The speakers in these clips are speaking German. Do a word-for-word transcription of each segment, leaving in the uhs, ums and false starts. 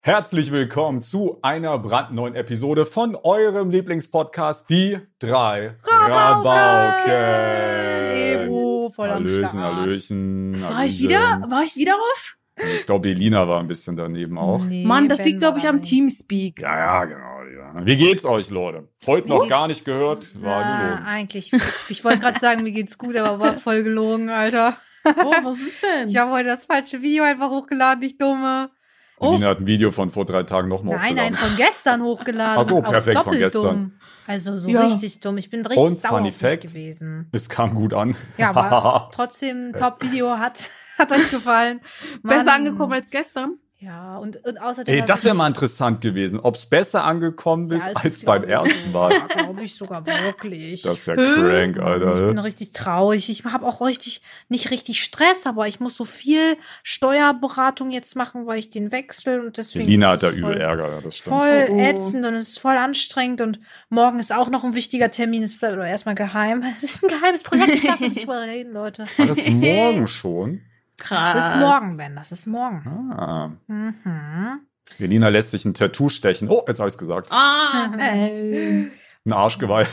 Herzlich willkommen zu einer brandneuen Episode von eurem Lieblingspodcast, die drei Rabauken. Ebo, voll am Hallöchen, Start. Hallöchen. War ich wieder? War ich wieder auf? Ich glaube, Elina war ein bisschen daneben auch. Nee, Mann, das Ben liegt, glaube ich, war am nicht. Teamspeak. Ja, ja, genau. Ja. Wie geht's euch, Leute? Heute noch gar nicht gehört, war Ja, gelogen. eigentlich. Ich wollte gerade sagen, mir geht's gut, aber war voll gelogen, Alter. Oh, was ist denn? Ich habe heute das falsche Video einfach hochgeladen, ich dumme. Elina hat ein Video von vor drei Tagen nochmal Nein, nein, hochgeladen. von gestern hochgeladen. Ach so, Auch perfekt, von doppelt gestern. Dumm. Also so Ja. richtig dumm. Ich bin richtig Und sauer Funny auf mich Fact. gewesen. Es kam gut an. Ja, aber trotzdem, Top-Video hat, hat euch gefallen. Mann. Besser angekommen als gestern? Ja, und, und außerdem... Ey, hab das ich- wäre mal interessant gewesen, ob es besser angekommen ist Ja, es als ist, beim glaub ich, ersten Mal. Ja, glaube ich sogar wirklich. Das ist ja crank, Ich Alter. bin richtig traurig. Ich habe auch richtig, nicht richtig Stress, aber ich muss so viel Steuerberatung jetzt machen, weil ich den wechsel und deswegen. Elina ist hat da es übel voll, Ärger, ja, das stimmt. voll Oh, oh. ätzend und es ist voll anstrengend und morgen ist auch noch ein wichtiger Termin. Es bleibt aber erstmal geheim. Es ist ein geheimes Projekt, ich darf nicht drüber reden, Leute. War das morgen schon? Krass. Das ist morgen, Ben, das ist morgen. Ah. Mhm. Elina lässt sich ein Tattoo stechen. Oh, jetzt habe ich es gesagt. Ah, ey. Ein Arschgeweih.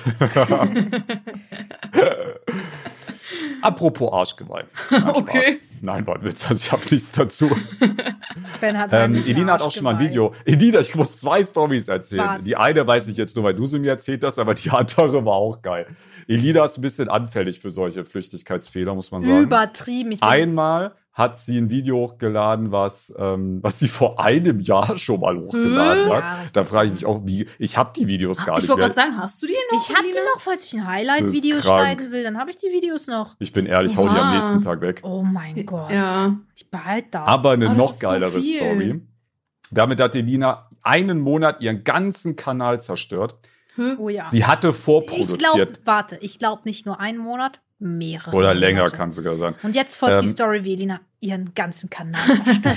Apropos Arschgeweih. Nein, Spaß. Okay. Nein, war ein Witz, also ich habe nichts dazu. Ben hat Ähm, eigentlich eine Elina hat auch schon mal ein Arschgeweih. Video. Elina, ich muss zwei Storys erzählen. Was? Die eine weiß ich jetzt nur, weil du sie mir erzählt hast, aber die andere war auch geil. Elina ist ein bisschen anfällig für solche Flüchtigkeitsfehler, muss man sagen. Übertrieben. Ich bin Einmal hat sie ein Video hochgeladen, was ähm, was sie vor einem Jahr schon mal hochgeladen Hä? hat. Ja, richtig Da frage ich mich auch, wie, ich habe die Videos gar Ich nicht wollte mehr. gerade sagen, hast du die noch? Ich hab die Elina? noch, falls ich ein Das Highlight-Video ist krank. schneiden will, dann habe ich die Videos noch. Ich bin ehrlich, hau die am Oha. nächsten Tag weg. Oh mein Gott. Ja. Ich behalte das. Aber eine Oh, das noch ist so geilere viel. Story. Damit hat Elina einen Monat ihren ganzen Kanal zerstört. oh ja. Sie hatte ich vorproduziert. glaube, warte, ich glaube nicht nur einen Monat, mehrere. Oder länger Monate. kann sogar sein. Und jetzt folgt die Ähm, Story, wie Elina ihren ganzen Kanal zerstört.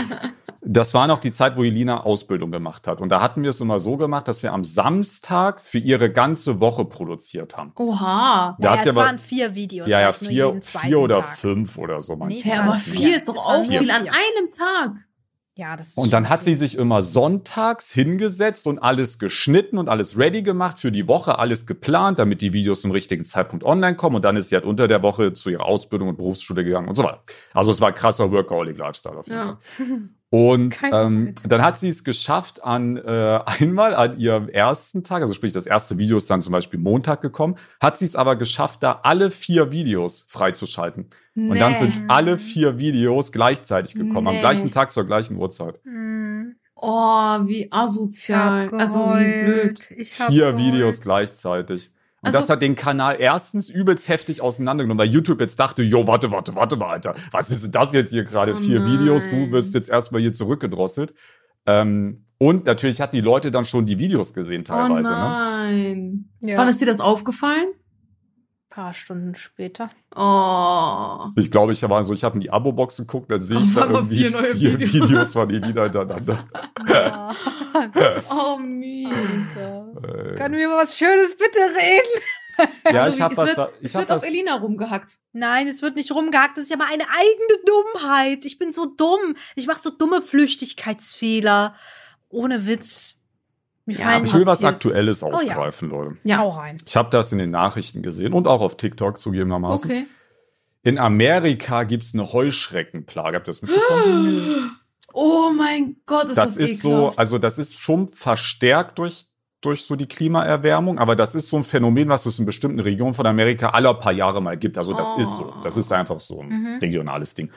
Das war noch die Zeit, wo Elina Ausbildung gemacht hat. Und da hatten wir es immer so gemacht, dass wir am Samstag für ihre ganze Woche produziert haben. Oha. Da ja, hat sie es aber- waren vier Videos. Ja, ja, also nur vier, jeden zweiten vier oder Tag. fünf oder so Nee, manchmal. Ja, waren aber vier. vier ist doch Es auch waren nur viel an vier. einem Tag. Ja, das ist Und dann schon hat sie viel. sich immer sonntags hingesetzt und alles geschnitten und alles ready gemacht für die Woche, alles geplant, damit die Videos zum richtigen Zeitpunkt online kommen. Und dann ist sie halt unter der Woche zu ihrer Ausbildung und Berufsschule gegangen und so weiter. Also es war ein krasser Workaholic-Lifestyle auf jeden Ja. Fall. Und Kein ähm, dann hat sie es geschafft, an äh, einmal an ihrem ersten Tag, also sprich das erste Video ist dann zum Beispiel Montag gekommen, hat sie es aber geschafft, da alle vier Videos freizuschalten. Und dann Nee. sind alle vier Videos gleichzeitig gekommen, am Nee. gleichen Tag zur gleichen Uhrzeit. Hm, Oh, wie asozial. hab Also wie blöd. geheult. Ich hab Vier geheult. Videos gleichzeitig. Und Also- das hat den Kanal erstens übelst heftig auseinandergenommen, weil YouTube jetzt dachte, jo, warte, warte, warte mal, Alter. Was ist denn das jetzt hier gerade? Oh Vier nein. Videos, du wirst jetzt erstmal hier zurückgedrosselt. Ähm, und natürlich hatten die Leute dann schon die Videos gesehen teilweise. Oh Ne? nein. Ja. Wann ist dir das aufgefallen? Paar Stunden später. Oh. Ich glaube, ich war so, ich habe in die Abo-Box geguckt, dann sehe ich Auf da einmal irgendwie vier neue vier Videos. Videos von Elina hintereinander. Ja. Oh, mies. Äh, Können wir über was Schönes bitte reden? ja, Also, ich habe es was, wird, da- ich es habe wird auf was. Elina rumgehackt. Nein, es wird nicht rumgehackt. Das ist ja mal eine eigene Dummheit. Ich bin so dumm. Ich mache so dumme Flüchtigkeitsfehler. Ohne Witz. Mir Ja, fallen Ich will was passiert. Aktuelles ja. aufgreifen, Leute. Ja. Hau rein. Ich habe das in den Nachrichten gesehen und auch auf TikTok zugegebenermaßen. Okay. In Amerika gibt's eine Heuschreckenplage. Habt ihr das mitbekommen? Oh mein Gott, ist das, das ist so, ekelhaft. also das ist schon verstärkt durch durch so die Klimaerwärmung, aber das ist so ein Phänomen, was es in bestimmten Regionen von Amerika alle paar Jahre mal gibt. Also das Oh. ist so. Das ist einfach so ein Mhm. regionales Ding.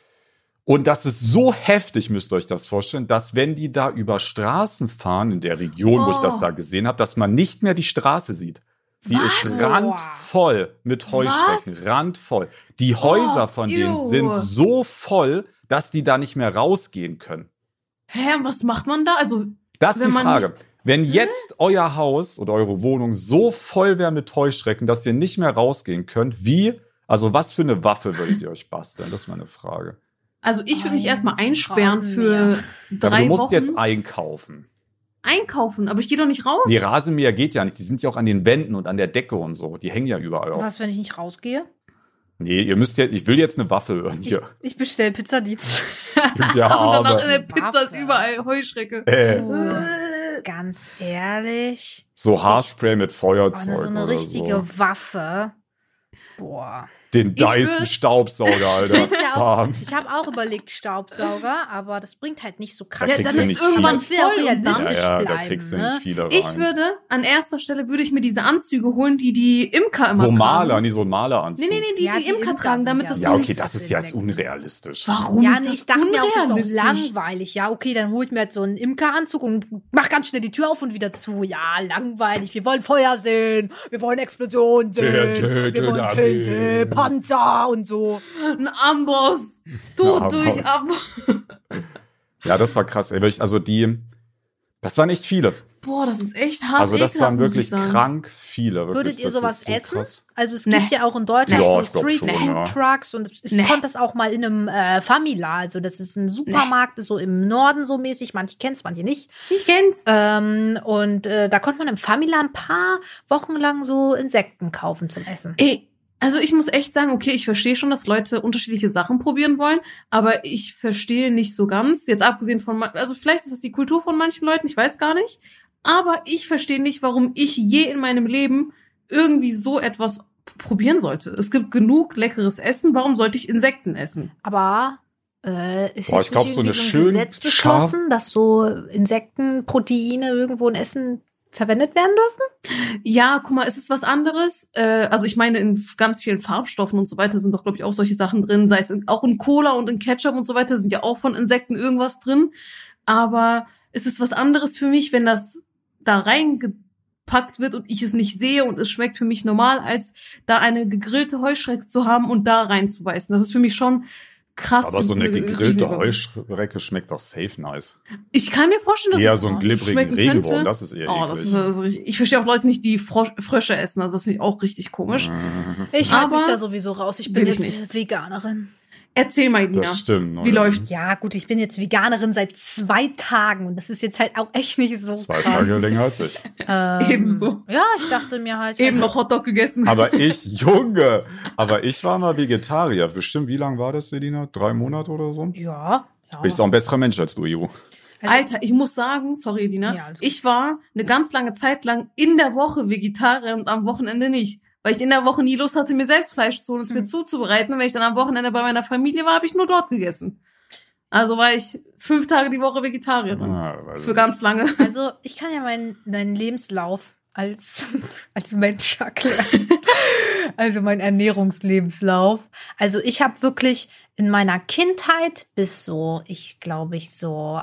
Und das ist so heftig, müsst ihr euch das vorstellen, dass wenn die da über Straßen fahren, in der Region, wo ich das Oh. da gesehen habe, dass man nicht mehr die Straße sieht. Die Was? ist randvoll mit Heuschrecken, Was? randvoll. Die Häuser Oh, von denen ew. sind so voll, dass die da nicht mehr rausgehen können. Hä, was macht man da? Also, Das ist Wenn die man Frage. nicht- Wenn jetzt euer Haus oder eure Wohnung so voll wäre mit Heuschrecken, dass ihr nicht mehr rausgehen könnt, wie, also was für eine Waffe würdet ihr euch basteln? Das ist meine Frage. also ich würde mich Ein erstmal einsperren Rasenmäher. für drei Aber du musst Wochen. jetzt einkaufen. einkaufen, aber ich gehe doch nicht raus. Die Rasenmäher geht ja nicht, die sind ja auch an den Wänden und an der Decke und so. Die hängen ja überall auf. Was, wenn ich nicht rausgehe? Nee, ihr müsst ja, ich will jetzt eine Waffe hören hier. Ich bestell Pizzadienst. Ja, Und danach in aber. der Pizza ist Waffe. überall Heuschrecke. Äh, Uh, ganz ehrlich. so Haarspray mit Oh, Feuerzeug eine, so eine oder richtige so. Waffe. Boah. Den Ich würd- Dyson-Staubsauger, Alter. Ich, ja auch, Bam. ich habe auch überlegt Staubsauger, aber das bringt halt nicht so krass. Da Ja, kriegst dann du ist nicht irgendwann viel. Ich will auch voll und dann- realistisch Ja, ja, da bleiben, kriegst du ne? nicht viele rein. Ich würde, an erster Stelle würde ich mir diese Anzüge holen, die die Imker immer so tragen. Maler, nee, so ein Maleranzug. Nee, nee, nee, die Ja, die, die Imker Imker tragen, sind damit ja das so- Ja, so... okay, das ist ja jetzt unrealistisch. Warum Ja, ist nee, das ich dachte mir auch, das ist auch unrealistisch? langweilig. Ja, okay, dann hol ich mir halt so einen Imkeranzug und mach ganz schnell die Tür auf und wieder zu. Ja, langweilig. Wir wollen Feuer sehen. Wir wollen Explosionen sehen. Tinte, Wir wollen Dynamit. Tinte, Panzer und so. Ein Amboss. Tod Ein durch Amboss. Amboss. Ja, das war krass. Ey. Wirklich, also die, das waren echt viele. Boah, das ist echt hart. Also das ekelhaft, waren muss wirklich ich sagen. krank viele. Wirklich. Würdet ihr Das sowas ist so essen? krass. Also es Nee. gibt ja auch in Deutschland Ja, so ich glaub Street schon, Food ja. Trucks und ich Nee. konnte das auch mal in einem äh, Famila, also das ist ein Supermarkt so im Norden so mäßig, manche kennen's, manche nicht. Ich kenn's. Ähm, und äh, da konnte man im Famila ein paar Wochen lang so Insekten kaufen zum Essen. Ey, also ich muss echt sagen, okay, ich verstehe schon, dass Leute unterschiedliche Sachen probieren wollen, aber ich verstehe nicht so ganz, jetzt abgesehen von, ma- also vielleicht ist es die Kultur von manchen Leuten, ich weiß gar nicht, aber ich verstehe nicht, warum ich je in meinem Leben irgendwie so etwas p- probieren sollte. Es gibt genug leckeres Essen, warum sollte ich Insekten essen? Aber äh, ist Boah, jetzt ich glaub, nicht so irgendwie eine so ein schön Gesetz beschlossen, dass so Insektenproteine irgendwo in Essen verwendet werden dürfen? Ja, guck mal, es ist was anderes. Äh, also ich meine, in ganz vielen Farbstoffen und so weiter sind doch, glaube ich, auch solche Sachen drin. Sei es in, auch in Cola und in Ketchup und so weiter sind ja auch von Insekten irgendwas drin. Aber es ist was anderes für mich, wenn das da reingepackt wird und ich es nicht sehe und es schmeckt für mich normal, als da eine gegrillte Heuschrecke zu haben und da reinzubeißen. Das ist für mich schon krass. Aber so und eine ri- gegrillte riesenüber- Heuschrecke schmeckt doch safe nice. Ich kann mir vorstellen, dass Eher es so einen glibbrigen schmecken Regenwurm, könnte. das ist eher Oh, das eklig. ist, das ist richtig. Ich verstehe auch Leute nicht, die Frosch, Frösche essen. Also das finde ich auch richtig komisch. Mhm. Ich halte mich Aber da sowieso raus. Ich bin will ich jetzt nicht. Veganerin. Erzähl mal, Dina. Das stimmt. Wie läuft's? Ja, gut, ich bin jetzt Veganerin seit zwei Tagen und das ist jetzt halt auch echt nicht so Zwei krass. Tage länger als ich. Ähm, Ebenso. Ja, ich dachte mir halt. Eben also, noch Hotdog gegessen. Aber ich, Junge, aber ich war mal Vegetarier. Bestimmt, wie lang war das, Selina? Drei Monate oder so? Ja, ja. Bin ich auch ein besserer Mensch als du, Ivo. Also- Alter, ich muss sagen, sorry, Dina, Ja, alles gut. ich war eine ganz lange Zeit lang in der Woche Vegetarier und am Wochenende nicht. Weil ich in der Woche nie Lust hatte, mir selbst Fleisch zu holen und es mir Hm. zuzubereiten. Und wenn ich dann am Wochenende bei meiner Familie war, habe ich nur dort gegessen. Also war ich fünf Tage die Woche Vegetarierin. Ah, weiß Für ich. ganz lange. Also, ich kann ja meinen, meinen Lebenslauf als, als Mensch erklären. Also mein Ernährungslebenslauf. Also ich habe wirklich in meiner Kindheit bis so, ich glaube ich so,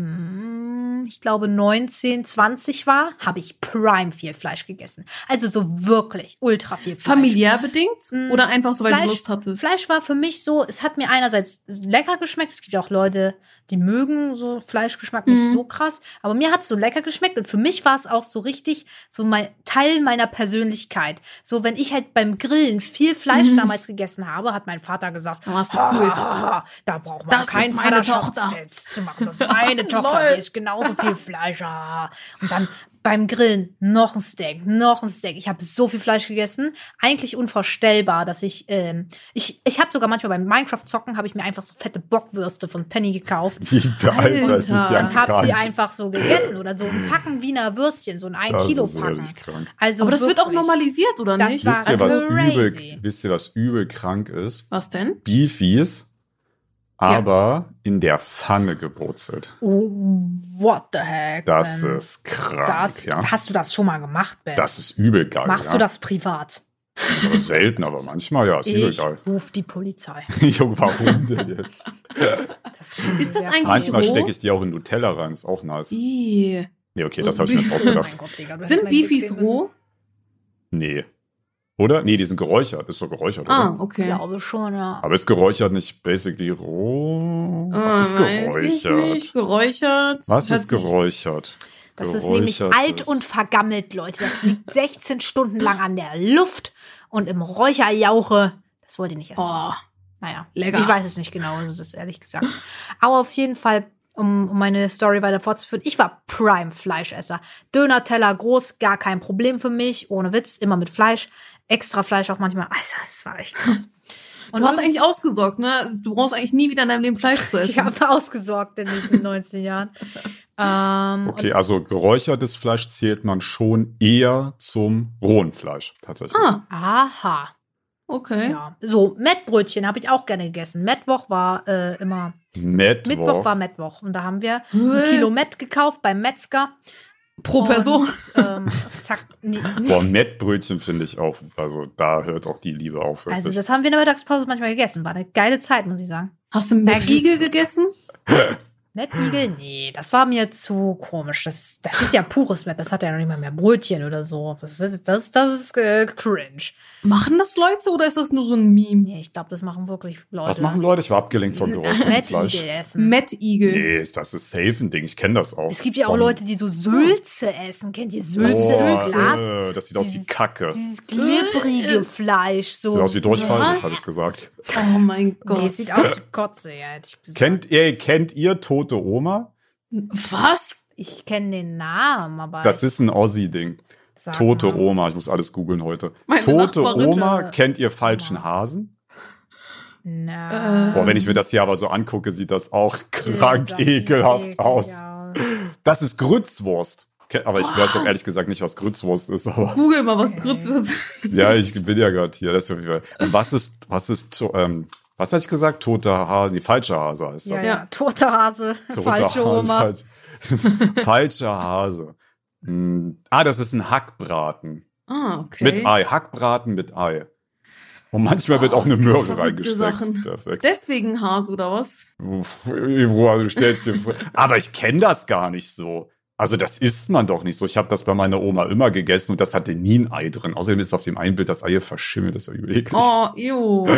mm, ich glaube neunzehn, zwanzig war, habe ich prime viel Fleisch gegessen. Also so wirklich ultra viel Fleisch. Familiär bedingt? Mm, Oder einfach so, weil Fleisch- du Lust hattest? Fleisch war für mich so, es hat mir einerseits lecker geschmeckt. Es gibt ja auch Leute, die mögen so Fleischgeschmack nicht Mhm. so krass. Aber mir hat es so lecker geschmeckt. Und für mich war es auch so richtig so mein Teil meiner Persönlichkeit. So, wenn ich halt beim Grillen viel Fleisch Mhm. damals gegessen habe, hat mein Vater gesagt, Da warst du cool. ah, da braucht man Das keinen ist meine Vaterschaftstest zu machen. Das ist meine Tochter, Lol. die isst genauso viel Fleisch. Ah. Und dann beim Grillen noch ein Steak, noch ein Steak. Ich habe so viel Fleisch gegessen. Eigentlich unvorstellbar, dass ich, ähm, ich, ich habe sogar manchmal beim Minecraft-Zocken, habe ich mir einfach so fette Bockwürste von Penny gekauft. Alter, das ist ja Alter. Und hab die krank. einfach so gegessen. Oder so ein Packen Wiener Würstchen, so ein ein Das Kilo ist Packen. wirklich krank. Also Aber das wird auch wirklich. normalisiert, oder Das nicht? war- Wisst ihr, was Also übel, crazy. wisst ihr, was übel krank ist? Was denn? Beefies, aber in der Pfanne gebrutzelt. Oh, what the heck? Das man. ist krank, Das, ja. Hast du das schon mal gemacht, Ben? Das ist übel geil. Machst ja. du das privat? Aber selten, aber manchmal, ja, ist übel Ich geil. ruf die Polizei. Junge, warum denn jetzt? Das kann Ist das sehr eigentlich Manchmal roh? stecke ich die auch in Nutella rein, ist auch nice. Ih. Nee, okay, das habe ich mir jetzt Oh ausgedacht. mein Gott, Digga, du Sind hättest mein Beefies Glück sehen roh? Nee. Oder? Nee, die sind geräuchert. Ist so geräuchert, Ah, oder? müssen. okay. Glaube schon, ja. Aber ist geräuchert nicht basically roh? Was Ah, ist weiß ich geräuchert? nicht. Geräuchert. Was Hört ist sich- geräuchert? Das ist nämlich alt Geräuchertes. und vergammelt, Leute. Das liegt sechzehn Stunden lang an der Luft und im Räucherjauche. Das wollt ihr nicht essen. Oh, Naja, lecker. ich weiß es nicht genau, also das ehrlich gesagt. Aber auf jeden Fall, um, um meine Story weiter fortzuführen, ich war Prime-Fleischesser. Döner-Teller groß, gar kein Problem für mich. Ohne Witz, immer mit Fleisch. Extra Fleisch auch manchmal. Also, das war echt krass. Und Du hast eigentlich ausgesorgt, ne? Du brauchst eigentlich nie wieder in deinem Leben Fleisch zu essen. ich habe ausgesorgt in diesen neunzehn Jahren. Ähm, Okay, also geräuchertes Fleisch zählt man schon eher zum rohen Fleisch, tatsächlich. Ah, aha. okay. Ja. So, Mettbrötchen habe ich auch gerne gegessen. Mettwoch war äh, immer. Mittwoch. Mittwoch war Mettwoch. Und da haben wir ein Kilo Mett gekauft beim Metzger. Pro Person. Und, ähm, zack. Nee, nee. Boah, Mettbrötchen finde ich auch, also da hört auch die Liebe auf. Also wirklich. das haben wir in der Mittagspause manchmal gegessen. War eine geile Zeit, muss ich sagen. Hast du Da Mettigel geht's. gegessen? Mettigel? Nee, das war mir zu komisch. Das, das ist ja pures Mett. Das hat ja noch nicht mal mehr Brötchen oder so. Das ist, das, das ist äh, cringe. Machen das Leute oder ist das nur so ein Meme? Nee, ich glaube, das machen wirklich Leute. Was machen Leute? Ich war abgelenkt vom geräucherten Fleisch. Mettigel essen. Mettigel. Nee, das ist safe ein Ding. Ich kenne das auch. Es gibt ja auch Von- Leute, die so Sülze essen. Kennt ihr Sülze Oh, im Glas? äh, das sieht aus wie Dieses- Kacke. Dieses glibbrige Fleisch. So. Sieht aus wie Durchfall, Was? habe ich gesagt. Oh mein Gott. Nee, es sieht aus wie Kotze, ja, hätte ich gesagt. Kennt ihr, kennt ihr Tote Oma? Was? Ich kenne den Namen, aber. Das ist ein Aussie-Ding. sag Tote mal. Oma, ich muss alles googeln heute. Meine Tote Nachbarin, Oma, äh, kennt ihr falschen Hasen? Na. Äh, Boah, wenn ich mir das hier aber so angucke, sieht das auch krank das sieht ekelhaft eklig aus. aus. Das ist Grützwurst. Ke- Aber ich weiß auch ehrlich gesagt nicht, was Grützwurst ist. Aber Google mal, was kurz wird. ja, ich bin ja gerade hier. Das ist auf jeden Fall. Und was ist, was ist, to- ähm, was hatte ich gesagt? Toter Hase, die falsche Hase heißt Ja, das. ja, tote Hase, Toter falsche Hase, Oma. falsch. Falscher Hase. Hm. Ah, das ist ein Hackbraten. Ah, okay. Mit Ei. Hackbraten mit Ei. Und manchmal wird Oh, auch eine es gibt Möhre verrückte reingesteckt. Sachen. Perfekt. Deswegen Hase oder was? Uff, Ivo, also du stellst dir vor. Aber ich kenne das gar nicht so. Also das isst man doch nicht so. Ich habe das bei meiner Oma immer gegessen und das hatte nie ein Ei drin. Außerdem ist auf dem einen Bild das Ei verschimmelt. Das ist ja übel eklig. Oh, ew.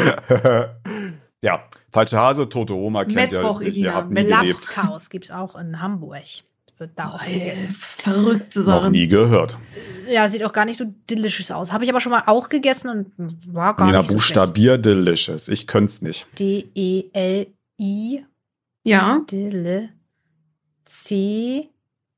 Ja, falsche Hase, tote Oma, kennt ihr das Mittwoch, nicht. Ihr Elina. habt nie gelebt. Lapskaus gibt's auch in Hamburg. Wird da auch Ey, gegessen. verrückte Noch Sachen. nie gehört. Ja, sieht auch gar nicht so delicious aus. Habe ich aber schon mal auch gegessen und war gar Nina, nicht so schlecht. buchstabier delicious. Ich könnte nicht. D E L I Ja. Dille C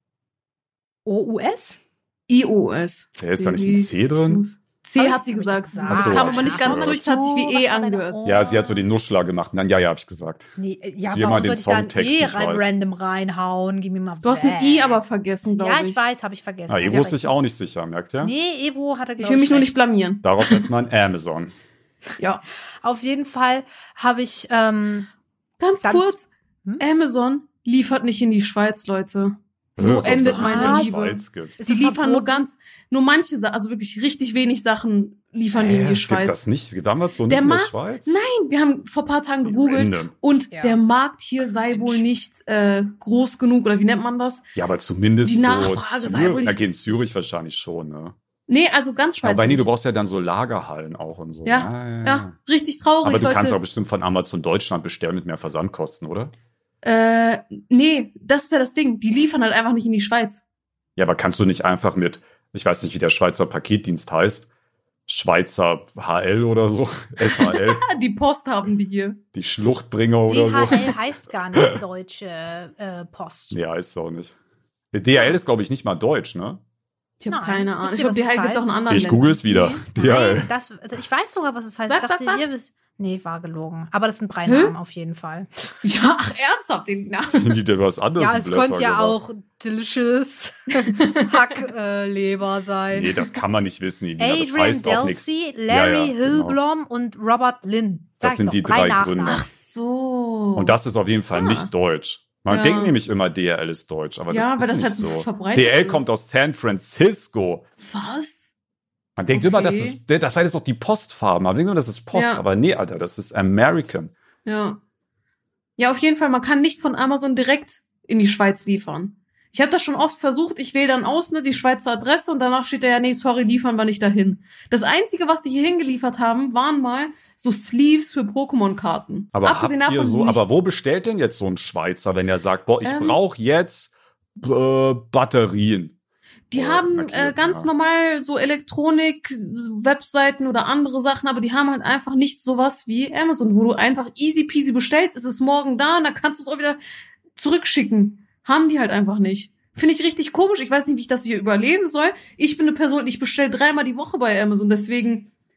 O U S? I O S. Da ist da nicht ein C drin? C Hab hat ich sie gesagt. gesagt. Das Ach so, kam hab aber ich nicht ganz gehört. durch, das hat sich wie E Was war angehört. deine- Ja, sie hat so den Nuschler gemacht. Dann ja, ja, habe ich gesagt. Nee, äh, ja, Jemand warum den soll ich da ein Songtext E nicht rein, weiß. random reinhauen? Gib mir mal Du hast ein I aber vergessen, glaube ich. Ja, ich weiß, habe ich vergessen. Ah, ihr Ja, wusste aber ich auch nicht sicher, merkt ihr? Nee, Evo hatte, Ich glaub will mich nur nicht recht. blamieren. Darauf erstmal Amazon. Ja. Auf jeden Fall habe ich, ähm, Ganz, Ganz- kurz. Hm? Amazon liefert nicht in die Schweiz, Leute. So Als ob es endet das meine in der Liebe. Schweiz gibt. ist Die das liefern nur verboten? ganz, nur manche Sachen, also wirklich richtig wenig Sachen liefern die in Hä, die es gibt Schweiz. das nicht. Es gibt damals so Der nicht in der Markt- Schweiz. Nein, wir haben vor ein paar Tagen gegoogelt Random. und Ja. der Markt hier sei wohl nicht äh, groß genug, oder wie nennt man das? Ja, aber zumindest Die so Nachfrage sei wohl Zürich. nicht- Okay, in Zürich wahrscheinlich schon, ne? Nee, also ganz Schweiz Aber nee, du nicht. brauchst ja dann so Lagerhallen auch und so. Ja, Ja, richtig traurig, Aber du Leute. kannst auch bestimmt von Amazon Deutschland bestellen mit mehr Versandkosten, oder? äh, nee, das ist ja das Ding. Die liefern halt einfach nicht in die Schweiz. Ja, aber kannst du nicht einfach mit, ich weiß nicht, wie der Schweizer Paketdienst heißt, Schweizer H L oder so, S H L, Ah, die Post haben die hier. die Schluchtbringer oder so. D H L heißt gar nicht Deutsche äh, Post. Nee, heißt es auch nicht. D H L ist, glaube ich, nicht mal deutsch, ne? Ich habe Nein. keine Ahnung. Wisst Ich ihr, glaube, was die das Heil gibt's auch in heißt? anderen Ich Ländern. google es wieder. D H L. Nein, das, ich weiß sogar, was es heißt. Sag, ich dachte, sag, sag. ihr wisst. Nee, war gelogen. Aber das sind drei Hä? Namen auf jeden Fall. Ja, ach, ernsthaft, den Namen. Die dir was anderes Ja, es Blöffer könnte ja gemacht. auch delicious Hackleber äh, Leber sein. Nee, das kann man nicht wissen, Elina. Das Adrian heißt auch nichts. Delsey, Larry Ja, ja, genau. Hillblom und Robert Lynn. Das Sag sind ich die doch, drei Nachnamen. Gründer. Ach so. Und das ist auf jeden Fall Ah. nicht deutsch. Man Ja. denkt nämlich immer, D H L ist deutsch, aber Ja, das weil ist das nicht halt so so. verbreitet D H L ist. kommt aus San Francisco. Was? Man denkt Okay. immer, das ist, das war jetzt doch die Postfarben. Man denkt immer, das ist Post. Ja. Aber nee, Alter, das ist American. Ja. Ja, auf jeden Fall, man kann nicht von Amazon direkt in die Schweiz liefern. Ich habe das schon oft versucht, ich wähle dann aus, ne, die Schweizer Adresse und danach steht da ja, nee, sorry, liefern wir nicht dahin. Das Einzige, was die hier hingeliefert haben, waren mal so Sleeves für Pokémon-Karten. Aber habt Abgesehen ihr davon so, nichts. aber wo bestellt denn jetzt so ein Schweizer, wenn er sagt, boah, ich Ähm. brauche jetzt äh, Batterien? Die Oh, haben markiert, äh, ganz ja. normal so Elektronik, Webseiten oder andere Sachen, aber die haben halt einfach nicht sowas wie Amazon, wo du einfach easy peasy bestellst, es ist morgen da und dann kannst du es auch wieder zurückschicken. Haben die halt einfach nicht. Finde ich richtig komisch. Ich weiß nicht, wie ich das hier überleben soll. Ich bin eine Person, ich bestelle dreimal die Woche bei Amazon, deswegen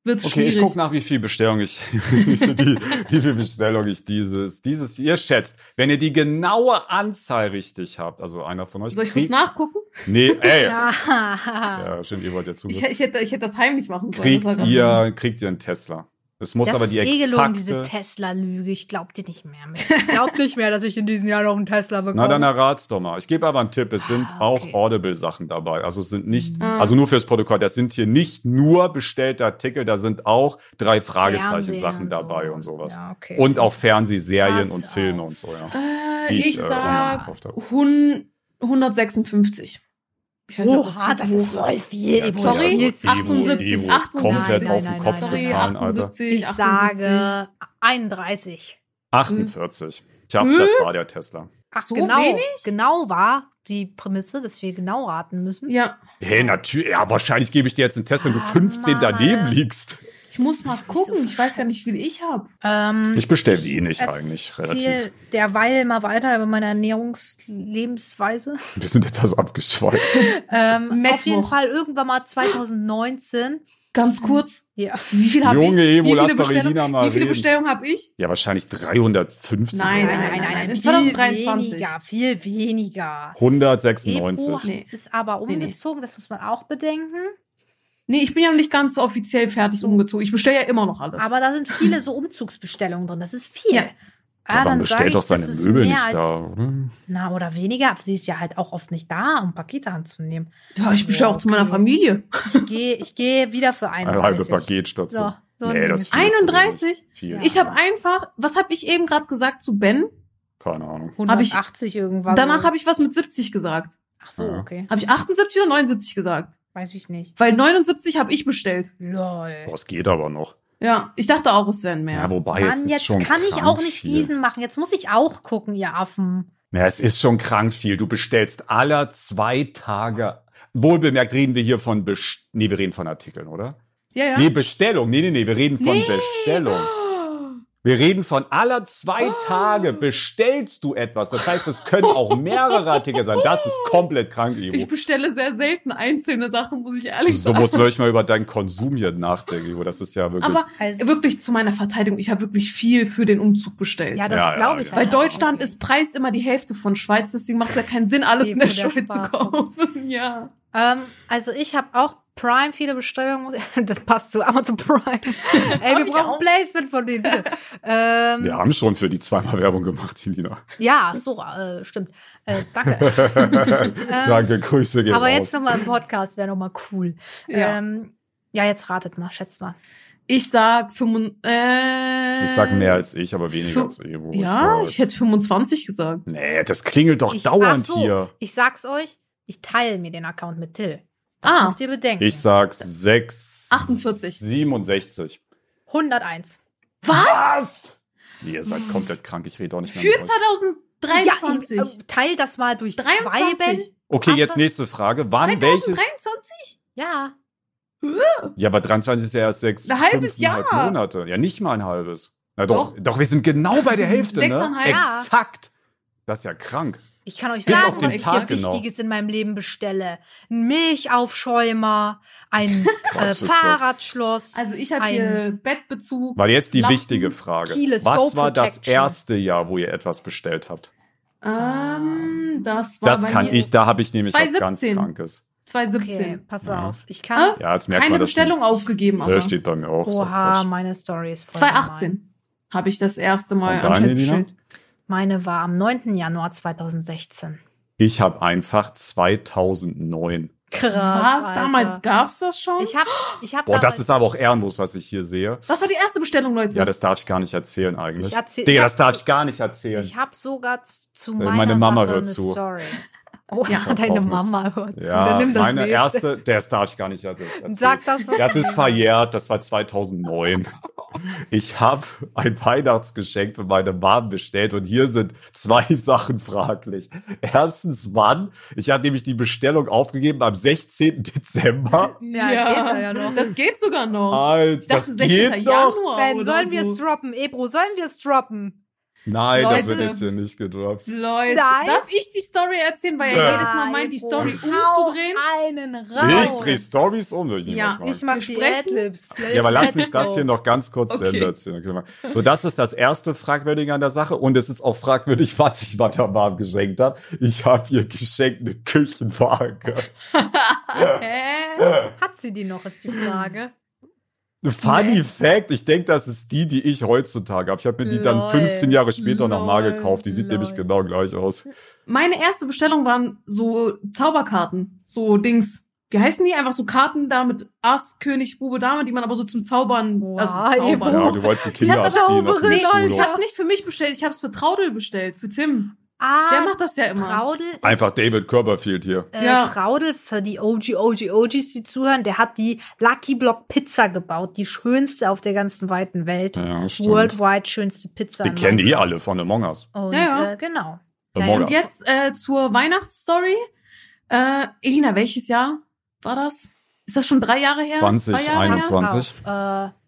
wird's Okay, schwierig. ich gucke nach, wie viel Bestellung ich, die, wie viel Bestellung ich dieses, dieses, ihr schätzt, wenn ihr die genaue Anzahl richtig habt, also einer von euch Soll ich kurz kriegt, nachgucken? nee, ey, Ja. ja, stimmt, ihr wollt ja Ich, zuhören. ich, hätte, ich hätte das heimlich machen sollen. Kriegt das war ihr, kriegt ihr einen Tesla. Es muss Das aber ist die eh gelogen, diese exakte, Tesla-Lüge. Ich glaub dir nicht mehr. Ich glaub nicht mehr, dass ich in diesem Jahr noch einen Tesla bekomme. na dann errat's doch mal. Ich gebe aber einen Tipp, es sind Ah, auch okay. Audible-Sachen dabei. Also es sind nicht, Ah. also nur fürs Protokoll, das sind hier nicht nur bestellte Artikel, da sind auch drei Fragezeichen-Sachen Fernsehen dabei so. und sowas. Ja, okay. Und auch Fernsehserien Pass und Filme auf. und so, ja. Äh, Die ich ich, äh, sag gekauft hab. hun- hundertsechsundfünfzig. Ich weiß nicht, ob Oha, das viel ist zu hoch voll viel. Ja, Ebo, Sorry, viel zu Evo, achtundsiebzig, Evo ist achtundsiebzig. komplett Nein, auf den nein, Kopf nein, Sorry, gefallen, Alter. achtundsiebzig, Ich sage einunddreißig. achtundvierzig. Tja, Hm? das war der Tesla. Ach, So genau. wenig? Genau war die Prämisse, dass wir genau raten müssen. Ja, Hey, natürlich, ja, wahrscheinlich gebe ich dir jetzt einen Tesla, wenn du Ah, fünfzehn daneben Mann. liegst. ich muss mal mich so gucken. Ich weiß gar nicht, wie viel ich habe. Ähm, Ich bestelle wenig eigentlich, erzähl relativ. derweil mal weiter über meine Ernährungslebensweise. Wir sind etwas abgeschweift. Ähm, Mittwoch. auf jeden Fall irgendwann mal zwanzig neunzehn. Ganz kurz. Ja. Wie viel habe ich? Junge, Evo, Wie viele lass doch Bestellungen- Elina mal Wie viele reden. Bestellungen habe ich? Ja, wahrscheinlich dreihundertfünfzig Nein, oder nein, so. nein, nein, in viel zweitausenddreiundzwanzig. weniger, viel weniger. hundertsechsundneunzig. Ebro Nee. ist aber Nee, nee. umgezogen, das muss man auch bedenken. Nee, ich bin ja noch nicht ganz so offiziell fertig umgezogen. Ich bestelle ja immer noch alles. Aber da sind viele so Umzugsbestellungen drin. Das ist viel. Ja. Ah, Aber man dann sag bestellt ich, doch seine das ist Möbel mehr nicht als, da, oder? Na, oder weniger. Sie ist ja halt auch oft nicht da, um Pakete anzunehmen. ja, ich bestelle Ja, auch zu meiner okay. Familie. Ich gehe ich gehe wieder für Eine halbe einunddreißig. Paketstation. So, so nee, ein das ist Ding. viel zu einunddreißig? wenig. Viel. Ich habe einfach, was habe ich eben gerade gesagt zu Ben? Keine Ahnung. Hab ich- hundertachtzig irgendwas. Danach habe ich was mit siebzig gesagt. Ach so, Ja. okay. Habe ich achtundsiebzig oder neunundsiebzig gesagt? Weiß ich nicht. Weil neunundsiebzig habe ich bestellt. Lol. Boah, es geht aber noch. Ja, ich dachte auch, es wären mehr. Ja, wobei, es Mann, ist jetzt schon kann ich krank auch nicht viel. diesen machen. Jetzt muss ich auch gucken, ihr Affen. Ja, es ist schon krank viel. Du bestellst aller zwei Tage. Wohlbemerkt reden wir hier von Best nee, wir reden von Artikeln, oder? ja, ja. Nee, Bestellung. Nee, nee, nee, wir reden von Nee. Bestellung. Wir reden von aller zwei Tage bestellst du etwas. Das heißt, es können auch mehrere Artikel sein. Das ist komplett krank, Ich Ivo. bestelle sehr selten einzelne Sachen, muss ich ehrlich So sagen. muss man wirklich mal über deinen Konsum hier nachdenken, Ivo. Das ist ja wirklich. Aber Also- wirklich zu meiner Verteidigung, ich habe wirklich viel für den Umzug bestellt. Ja, das Ja, glaube ja, ich. ja. Weil halt auch. Deutschland Okay. ist preist immer die Hälfte von Schweiz, deswegen macht es ja keinen Sinn, alles in der Eben, der Schweiz zu Sparkopf. kaufen. Ja. Ähm, also ich habe auch Prime viele Bestellungen. Das passt zu Amazon Prime. Ey, wir ich brauchen auch. Placement von denen. bitte. ähm, wir haben schon für die zweimal Werbung gemacht, Helena. ja, so, äh, stimmt. Äh, danke. Danke, Grüße gehen Aber raus. jetzt nochmal im Podcast wäre nochmal cool. Ja. Ähm, ja, jetzt ratet mal, schätzt mal. Ich sag fünfund- äh, Ich sag mehr als ich, aber weniger fün- als Evo. Ja, sag- ich hätte fünfundzwanzig gesagt. Nee, das klingelt doch Ich, dauernd ach so, hier. Ich sag's euch, ich teile mir den Account mit Till. Das Ah. müsst ihr bedenken. Ich sag sechs. achtundvierzig. siebenundsechzig. hunderteins. Was? Ihr seid komplett krank, ich rede auch nicht mehr Für mit euch. zweitausenddreiundzwanzig. Ja, ich, äh, teil das mal durch zwei, Ben. dreiundzwanzig. Okay, Ach, jetzt das- nächste Frage. Wann welches? zweitausenddreiundzwanzig? Ja. Ja, aber dreiundzwanzig ist ja erst sechs, Ein halbes fünfeinhalb Jahr. Monate. Ja, nicht mal ein halbes. Na doch, Doch. doch, wir sind genau bei der Hälfte, ne? Sechseinhalb. Exakt. Das ist ja krank. Ich kann euch Bis sagen, auf den was ich Tag hier genau. Wichtiges in meinem Leben bestelle. Ein Milchaufschäumer, ein Quatsch äh, ist das. Fahrradschloss. Also ich habe Ein- hier Bettbezug. Weil jetzt die Lampen, wichtige Frage. Kieles Was Go war das Protection. erste Jahr, wo ihr etwas bestellt habt? Ähm, das war Das bei kann mir ich, da habe ich nämlich was ganz zweitausendsiebzehn. Krankes. zweitausendsiebzehn. Okay, pass Ja. auf. Ich kann. Ah, Ja, jetzt merkt Keine man das. Bestellung aufgegeben. Das Aber. steht bei mir auch. so Oha, Quatsch. meine Story ist voll zweitausendachtzehn habe ich das erste Mal Und deine, anscheinend Lina? bestellt. gemein. Meine war am neunten Januar zweitausendsechzehn. Ich habe einfach zweitausendneun. Krass. Was? Alter. Damals gab's das schon? Ich hab, ich hab Boah, das damals- ist aber auch ehrenlos, was ich hier sehe. das war die erste Bestellung, Leute. Ja, das darf ich gar nicht erzählen eigentlich. Ich erzähl- Digga, ich das hab darf zu- ich gar nicht erzählen. Ich habe sogar z- zu Weil meiner meine Mama Sache hört eine zu. Story. Oh, Ja. ja, deine Auch Mama hört zu. Ja, Dann nimm das meine nächste. erste, das darf ich gar nicht erzählen. Sag das, was Das du ist willst. verjährt, das war zweitausendneun. Ich habe ein Weihnachtsgeschenk für meine Mom bestellt und hier sind zwei Sachen fraglich. Erstens, wann? Ich hatte nämlich die Bestellung aufgegeben am sechzehnten Dezember. Ja, geht da ja noch. Das geht sogar noch. Alter, ich das dachte sechzehnten geht noch. Januar Ben, oder sollen so. wir es droppen? Ebro, sollen wir es droppen? Nein, Leute. das wird jetzt hier nicht gedroppt. Leute, Nein. darf ich die Story erzählen, weil er Ja. jedes Mal meint, die Ebro, Story hau umzudrehen? einen raus. Ich dreh Stories um, würde ich nicht Ja, machen. Ich mach Wir die sprechen- Adlibs. Ja, aber lass mich das hier noch ganz kurz zu Okay. Ende erzählen. Okay, mal. So, das ist das erste Fragwürdige an der Sache. Und es ist auch fragwürdig, was ich meiner Mom geschenkt habe. Ich habe ihr geschenkt eine Küchenwaage. Hä? Hat sie die noch, ist die Frage. Funny Fact, ich denke, das ist die, die ich heutzutage habe. Ich habe mir die dann Lol. fünfzehn Jahre später nochmal Lol. gekauft. Die sieht Lol. nämlich genau gleich aus. Meine erste Bestellung waren so Zauberkarten. So Dings. Wie heißen die? Einfach so Karten da mit Ass, König, Bube, Dame, die man aber so zum Zaubern, Wow, also zaubern. Ebro. Ja, du wolltest die Kinder hab das abziehen auf Zauberin, dem Nee, Leute. ich Schulhof. hab's nicht für mich bestellt, ich hab's für Traudel bestellt, für Tim. Ah, Der macht das ja immer. Traudel ist, Einfach David Copperfield hier. äh, Ja. Traudel für die O G, O G, O Gs, die zuhören, der hat die Lucky Block Pizza gebaut, die schönste auf der ganzen weiten Welt. Ja, stimmt. Worldwide schönste Pizza. Die in kennen die eh Minecraft. alle von Among Us. Und Ja, ja. Äh, genau. Among Und Us. jetzt äh, zur Weihnachtsstory. Äh, Elina, welches Jahr war das? Ist das schon drei Jahre her? zwanzig Zwei Jahre einundzwanzig. Auf, äh,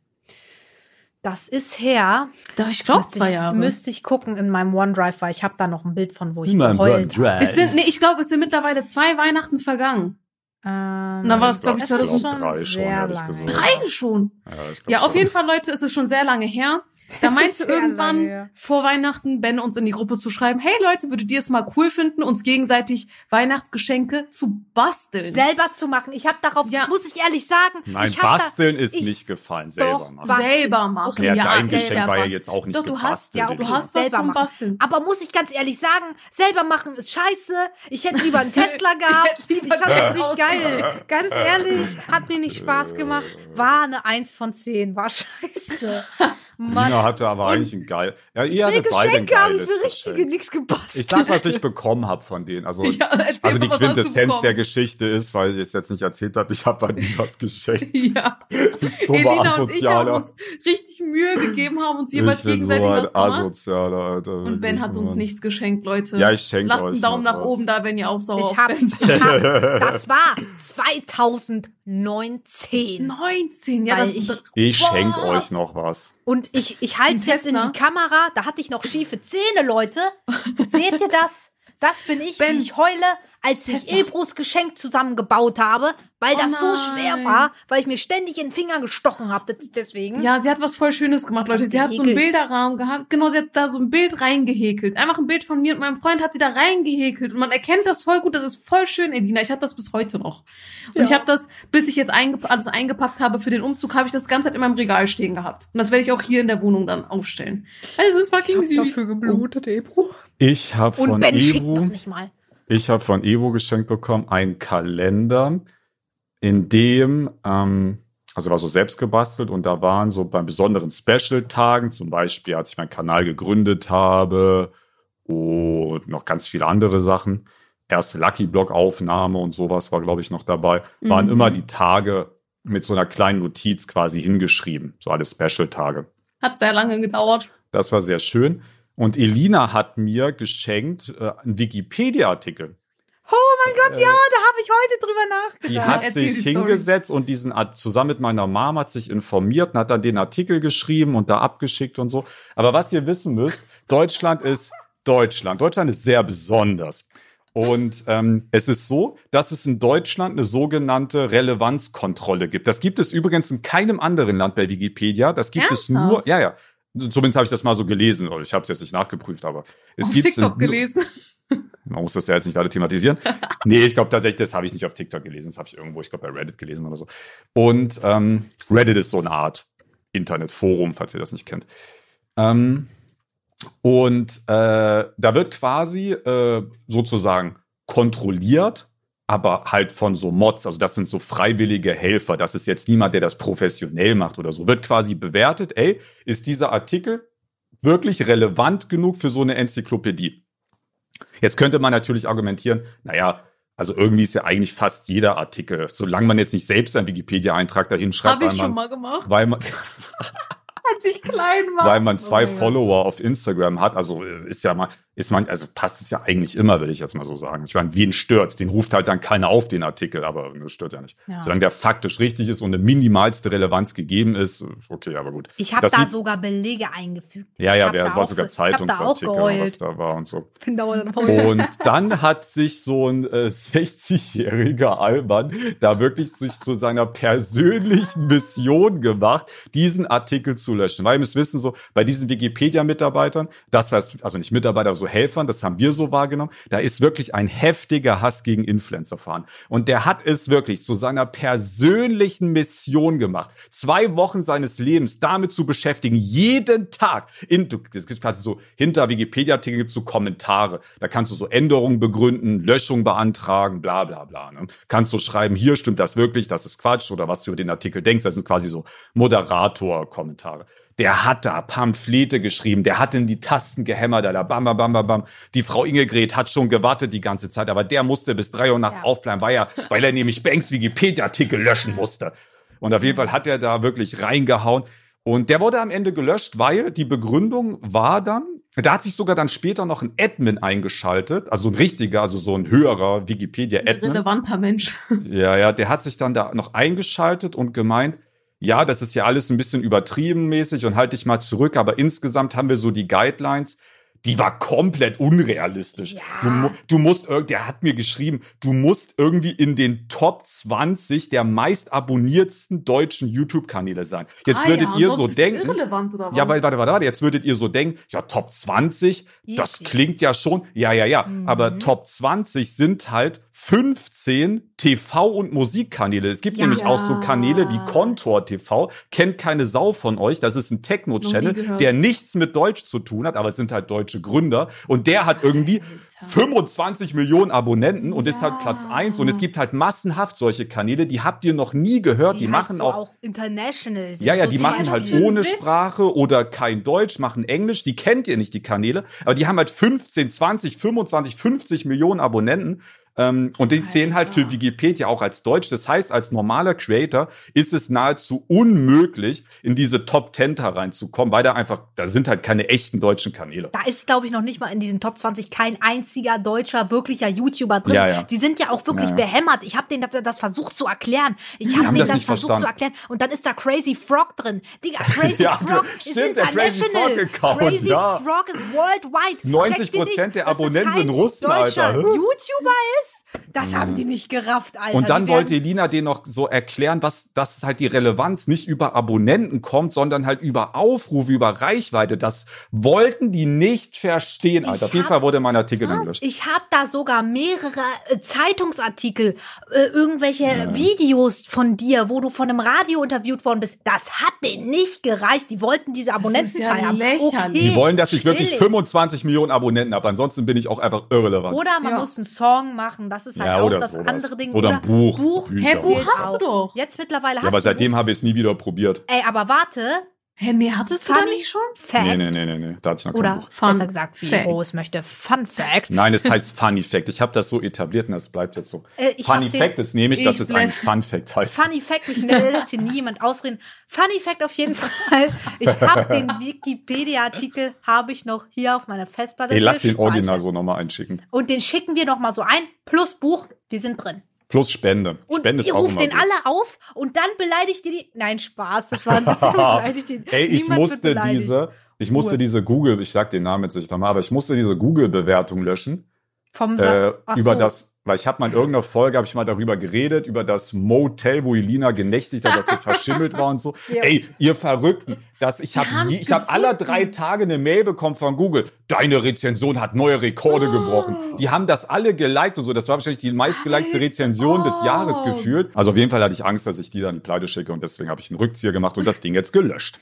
das ist her. Da, ich glaube Müsste zwei ich, Jahre. müsste ich gucken in meinem OneDrive, weil ich habe da noch ein Bild von, wo ich Mein geheult habe. Drive. Es sind, nee, ich glaube, es sind mittlerweile zwei Weihnachten vergangen. Ähm, Und dann war das, Ich glaube ich, es ist zweitausend. schon drei schon, sehr ehrlich lange gesagt. her. Drei schon. Ja, ich glaub Ja, auf schon. jeden Fall, Leute, es ist schon sehr lange her. Da Es ist meinte sehr lange irgendwann her. vor Weihnachten Ben uns in die Gruppe zu schreiben, hey Leute, würdet ihr es mal cool finden, uns gegenseitig Weihnachtsgeschenke zu basteln? Selber zu machen. Ich habe darauf, Ja. muss ich ehrlich sagen, Nein, ich hab basteln da, ist ich, nicht gefallen. Selber Doch, machen. was- Selber machen. Ja, ja, dein das ist Geschenk war ja was. jetzt auch nicht Doch, du hast, gebastelt. ja, okay. du hast was Selber vom machen. Basteln. Aber muss ich ganz ehrlich sagen, selber machen ist scheiße. Ich hätte lieber einen Tesla gehabt. hätte Ich, lieber fand das das nicht geil. Ganz ehrlich, hat mir nicht Spaß gemacht. War eine eins von zehn, war scheiße. Mann. Nina hatte aber eigentlich ein geil. Ja, ihr Wie hattet beide ein Geschenke habe ich geiles für richtige Geschenk. nichts gebastelt. Ich sag, was ich bekommen habe von denen. Also, Ja, erzähl also die mal, was hast du Quintessenz bekommen? der Geschichte ist, weil ich es jetzt nicht erzählt habe, ich habe an nie was geschenkt. Ja. Dummer Elina und ich haben Asozialer. uns richtig Mühe gegeben, haben uns jeweils Ich bin so gegenseitig ein was gemacht. Asozialer, Alter. Und Ben wirklich, hat uns Mann. nichts geschenkt, Leute. Ja, ich schenke Lasst euch einen Daumen noch nach was. oben da, wenn ihr auch sauer Ich auf hab's, Ben seid. ich hab's, das war zweitausendneunzehn. neunzehn, ja, Weil das ich- Ich Boah. schenk euch noch was. Und ich, ich halte es Ein jetzt in Tesla? die Kamera. Da hatte ich noch schiefe Zähne, Leute. Seht ihr das? Das bin ich, Ben. wie ich heule, als ich Tesla. Ebros Geschenk zusammengebaut habe, weil Oh das so nein. schwer war, weil ich mir ständig in den Finger gestochen habe. Das- Deswegen. Ja, sie hat was voll Schönes gemacht, Leute. Was Sie hat so einen gehäkelt. Bilderrahmen gehabt. Genau, sie hat da so ein Bild reingehäkelt. Einfach ein Bild von mir und meinem Freund hat sie da reingehäkelt. Und man erkennt das voll gut. Das ist voll schön, Elina. Ich habe das bis heute noch. Und Ja. ich habe das, bis ich jetzt eingepa- alles eingepackt habe für den Umzug, habe ich das ganze Zeit in meinem Regal stehen gehabt. Und das werde ich auch hier in der Wohnung dann aufstellen. Also, es ist fucking süß. Ebro. Ich habe Und von Ben schickt Evo, noch nicht mal. ich habe von Evo geschenkt bekommen einen Kalender, in dem, ähm, also war so selbst gebastelt und da waren so bei besonderen Special-Tagen, zum Beispiel als ich meinen Kanal gegründet habe und noch ganz viele andere Sachen, erste Lucky Block Aufnahme und sowas war, glaube ich, noch dabei, waren Mhm. immer die Tage mit so einer kleinen Notiz quasi hingeschrieben, so alle Special-Tage. Hat sehr lange gedauert. Das war sehr schön. Und Elina hat mir geschenkt äh, einen Wikipedia-Artikel. Oh mein Gott, ja, da habe ich heute drüber Die nachgedacht. hat erzähl sich die Story. hingesetzt und diesen Art- zusammen mit meiner Mom hat sich informiert und hat dann den Artikel geschrieben und da abgeschickt und so. Aber was ihr wissen müsst, Deutschland ist Deutschland. Deutschland ist sehr besonders. Und ähm, es ist so, dass es in Deutschland eine sogenannte Relevanzkontrolle gibt. Das gibt es übrigens in keinem anderen Land bei Wikipedia. Das gibt es nur, Ernsthaft? ja, ja. Zumindest habe ich das mal so gelesen. Oder ich habe es jetzt nicht nachgeprüft, aber es Auf gibt TikTok gelesen. Man muss das ja jetzt nicht weiter thematisieren. Nee, ich glaube tatsächlich, das habe ich nicht auf TikTok gelesen. Das habe ich irgendwo, ich glaube, bei Reddit gelesen oder so. Und ähm, Reddit ist so eine Art Internetforum, falls ihr das nicht kennt. Ähm, und äh, da wird quasi äh, sozusagen kontrolliert, aber halt von so Mods. Also das sind so freiwillige Helfer. Das ist jetzt niemand, der das professionell macht oder so. Wird quasi bewertet, ey, ist dieser Artikel wirklich relevant genug für so eine Enzyklopädie? Jetzt könnte man natürlich argumentieren, naja, also irgendwie ist ja eigentlich fast jeder Artikel, solange man jetzt nicht selbst einen Wikipedia-Eintrag dahin schreibt, Habe ich weil schon man, mal gemacht. weil man, Als ich klein war. Weil man zwei Oh mein Gott. Follower auf Instagram hat. Also ist ja mal, ist man, also passt es ja eigentlich immer, will ich jetzt mal so sagen. Ich meine, wen stört's? Den ruft halt dann keiner auf, den Artikel, aber das stört ja nicht. Ja. Solange der faktisch richtig ist und eine minimalste Relevanz gegeben ist, okay, aber gut. Ich habe Das da sieht- sogar Belege eingefügt. Ja, Ich ja, hab das da war auch sogar so- ich hab da auch Zeitungsartikel, geheult. was da war und so. Bin dauernd am Heulen. Und dann hat sich so ein äh, sechzigjähriger Alban da wirklich sich zu seiner persönlichen Mission gemacht, diesen Artikel zu löschen. Weil ihr müsst wissen, so bei diesen Wikipedia-Mitarbeitern, das was, also nicht Mitarbeiter, so Helfern, das haben wir so wahrgenommen, da ist wirklich ein heftiger Hass gegen Influencer vorhanden. Und der hat es wirklich zu seiner persönlichen Mission gemacht, zwei Wochen seines Lebens damit zu beschäftigen, jeden Tag, in, du, es gibt quasi so, hinter Wikipedia-Artikel gibt es so Kommentare, da kannst du so Änderungen begründen, Löschung beantragen, bla bla bla. Ne? Kannst du schreiben, hier stimmt das wirklich, das ist Quatsch oder was du über den Artikel denkst, das sind quasi so Moderator-Kommentare. Der hat da Pamphlete geschrieben, der hat in die Tasten gehämmert, da bam, bam, bam, bam, bam. Die Frau Ingegred hat schon gewartet die ganze Zeit, aber der musste bis drei Uhr nachts Ja. aufbleiben, weil er, weil er nämlich Banks Wikipedia-Artikel löschen musste. Und auf jeden Fall hat er da wirklich reingehauen. Und der wurde am Ende gelöscht, weil die Begründung war dann, da hat sich sogar dann später noch ein Admin eingeschaltet, also ein richtiger, also so ein höherer Ein Wikipedia-Admin. relevanter Mensch. Ja, ja, der hat sich dann da noch eingeschaltet und gemeint, ja, das ist ja alles ein bisschen übertrieben mäßig und halt dich mal zurück, aber insgesamt haben wir so die Guidelines, die war komplett unrealistisch. Ja. Du, mu- du musst, irg- der hat mir geschrieben, du musst irgendwie in den Top zwanzig der meist abonniertsten deutschen YouTube-Kanäle sein. Jetzt Ah würdet ja, ihr sonst so bist du denken, irrelevant oder was? ja, warte, warte, warte, warte, jetzt würdet ihr so denken, ja, Top zwanzig, das Easy. klingt ja schon, ja, ja, ja, Mhm. aber Top zwanzig sind halt fünfzehn T V- und Musikkanäle. Es gibt Ja. nämlich auch so Kanäle wie Kontor T V, kennt keine Sau von euch, das ist ein Noch Techno-Channel, nie gehört. der nichts mit Deutsch zu tun hat, aber es sind halt deutsche Gründer und der hat irgendwie fünfundzwanzig Millionen Abonnenten und ist halt Platz eins und es gibt halt massenhaft solche Kanäle, die habt ihr noch nie gehört, die, halt machen so auch auch international sind. ja, ja, so die machen halt international. ohne Witz. Sprache oder kein Deutsch, machen Englisch, die kennt ihr nicht, die Kanäle, aber die haben halt fünfzehn, zwanzig, fünfundzwanzig, fünfzig Millionen Abonnenten. Ähm, und die zählen halt für Wikipedia auch als Deutsch. Das heißt, als normaler Creator ist es nahezu unmöglich, in diese Top Ten da reinzukommen, weil da einfach, da sind halt keine echten deutschen Kanäle. Da ist, glaube ich, noch nicht mal in diesen Top zwanzig kein einziger deutscher, wirklicher YouTuber drin. Ja, ja. Die sind ja auch wirklich Ja, ja. behämmert. Ich habe denen das, das versucht zu erklären. Ich haben habe denen das das nicht versucht verstanden. zu erklären. Und dann ist da Crazy Frog drin. Digga, Crazy Ja, Frog stimmt, ist der Crazy international. Frog-Account, Crazy ja. Frog ist worldwide. neunzig Checkt ihr Prozent nicht, der dass das Abonnenten kein sind Russen, deutscher Alter. YouTuber ist? Das haben die nicht gerafft, Alter. Und dann Die werden- wollte Elina denen noch so erklären, was, dass halt die Relevanz nicht über Abonnenten kommt, sondern halt über Aufrufe, über Reichweite. Das wollten die nicht verstehen, Alter. Auf jeden hab- Fall wurde mein Artikel dann Krass. gelöscht. Ich habe da sogar mehrere äh, Zeitungsartikel, äh, irgendwelche Videos von dir, wo du von einem Radio interviewt worden bist. Das hat denen nicht gereicht. Die wollten diese Abonnentenzahl ja haben. lächerlich. Die wollen, dass ich wirklich still. fünfundzwanzig Millionen Abonnenten habe. Ansonsten bin ich auch einfach irrelevant. Oder man Ja. muss einen Song machen. Das ist halt Ja, auch oder das sowas. andere Ding. Oder ein Buch, Buch, Bücher. Hä, Buch zählt hast auch. du doch. Jetzt mittlerweile hast ja, aber du seitdem habe ich es nie wieder probiert. Ey, aber warte. Hä, nee, hattest du da Funny nicht schon? Fact. Nee, nee, nee, nee, nee. Da hatte ich noch kein Oder Buch. Fun besser gesagt, wie Fact. Rose möchte. Fun Fact. Nein, es heißt Funny Fact. Ich habe das so etabliert und das bleibt jetzt so. Äh, ich Funny hab den- Fact ist nämlich, dass Ich es bleib- eigentlich Fun Fact heißt. Funny Fact, mich lässt hier nie jemand ausreden. Funny Fact auf jeden Fall. Ich habe den Wikipedia-Artikel, habe ich noch hier auf meiner Festplatte. Ey, lass den gespeichert. Original so nochmal einschicken. Und den schicken wir noch mal so ein. Plus Buch, die sind drin. Plus Spende. Und Spende ist ihr auch ruft immer den gut. alle auf und dann beleidigt ihr die. Nein, Spaß, das war ein bisschen beleidigt. die- Ey, ich Niemand wird musste beleidigt. diese, ich musste Ruhe. diese Google, ich sag den Namen jetzt nicht nochmal, aber ich musste diese Google-Bewertung löschen. Vom Sa Äh, Ach über so. das, weil ich habe mal in irgendeiner Folge habe ich mal darüber geredet, über das Motel, wo Elina genächtigt hat, dass sie verschimmelt war und so. Ja. Ey, ihr Verrückten, dass ich habe haben's ich habe alle drei Tage eine Mail bekommen von Google. Deine Rezension hat neue Rekorde gebrochen. Die haben das alle geliked und so. Das war wahrscheinlich die meistgelikte Rezension des Jahres gefühlt. Also auf jeden Fall hatte ich Angst, dass ich die dann in die Pleite schicke und deswegen habe ich einen Rückzieher gemacht und das Ding jetzt gelöscht.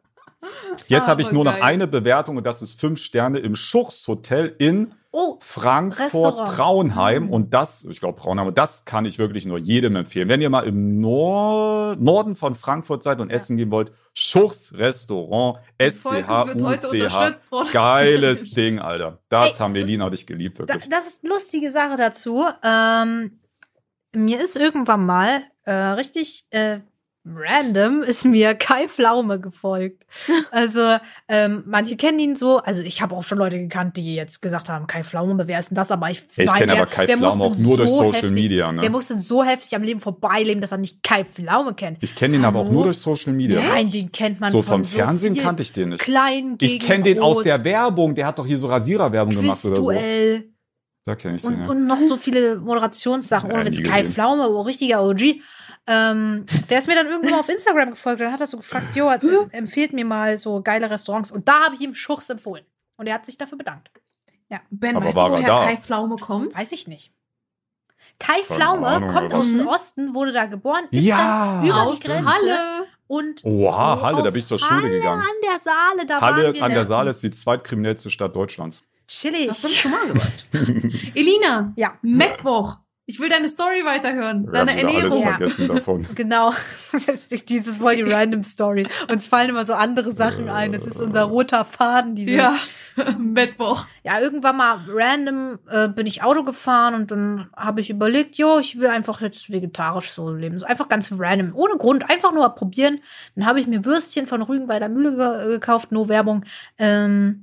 Jetzt Ah, habe ich voll nur noch geil. eine Bewertung und das ist fünf Sterne im Schuchs Hotel in Oh, Frankfurt Restaurant. Traunheim und das, ich glaube Traunheim, und das kann ich wirklich nur jedem empfehlen. Wenn ihr mal im Nor- Norden von Frankfurt seid und essen gehen wollt, Schuchs Restaurant, S C H Folge wird U heute C H. unterstützt von- Geiles Ding, Alter. Das Ey, haben Elina und ich geliebt, da, wirklich. das ist eine lustige Sache dazu. Ähm, mir ist irgendwann mal äh, richtig äh, random ist mir Kai Pflaume gefolgt. Also ähm, manche kennen ihn so. Also ich habe auch schon Leute gekannt, die jetzt gesagt haben, Kai Pflaume, wer ist denn das? Aber ich, ich kenne aber Kai Pflaume auch nur durch so Social heftig, Media. Ne? Der musste so heftig am Leben vorbeileben, dass er nicht Kai Pflaume kennt. Ich kenne ihn aber auch nur durch Social Media. Nein, den kennt man so von vom Fernsehen so kannte ich den nicht. Klein gegen Ich kenne den aus groß, der Werbung. Der hat doch hier so Rasiererwerbung gemacht oder so. Quizduell. Da kenne ich den. Und, Ja. und noch so viele Moderationssachen. Ja, Ohne Witz, nie Kai gesehen. Pflaume, oh, richtiger O G. Ähm, der ist mir dann irgendwann mal auf Instagram gefolgt. Dann hat er so gefragt, jo, hat, empfiehlt mir mal so geile Restaurants. Und da habe ich ihm Schuchs empfohlen. Und er hat sich dafür bedankt. Ben, Aber weißt du, war er woher da? Kai Pflaume kommt? Weiß ich nicht. Kai Keine Pflaume Ahnung, kommt aber- aus dem Mhm. Osten, wurde da geboren, ist Ja. dann über Aus die Grenze. Halle. Und Oha, Halle, da aus bin ich zur Schule Halle gegangen. an der Saale, da waren Halle wir an der Saale ist letztens. die zweitkriminellste Stadt Deutschlands. Chillig. Das habe ich schon mal gehört. Elina, Ja. Mittwoch. Ich will deine Story weiterhören. Wir Deine haben wieder alles Ernährung. Ja. vergessen davon. Genau, das ist dieses voll die random Story. Uns fallen immer so andere Sachen ein. Das ist unser roter Faden. Diese, Ja, Mittwoch. ja, irgendwann mal random äh, bin ich Auto gefahren und dann habe ich überlegt, jo, ich will einfach jetzt vegetarisch so leben. So einfach ganz random, ohne Grund, einfach nur probieren. Dann habe ich mir Würstchen von Rügenwalder Mühle ge gekauft, no Werbung. Ähm,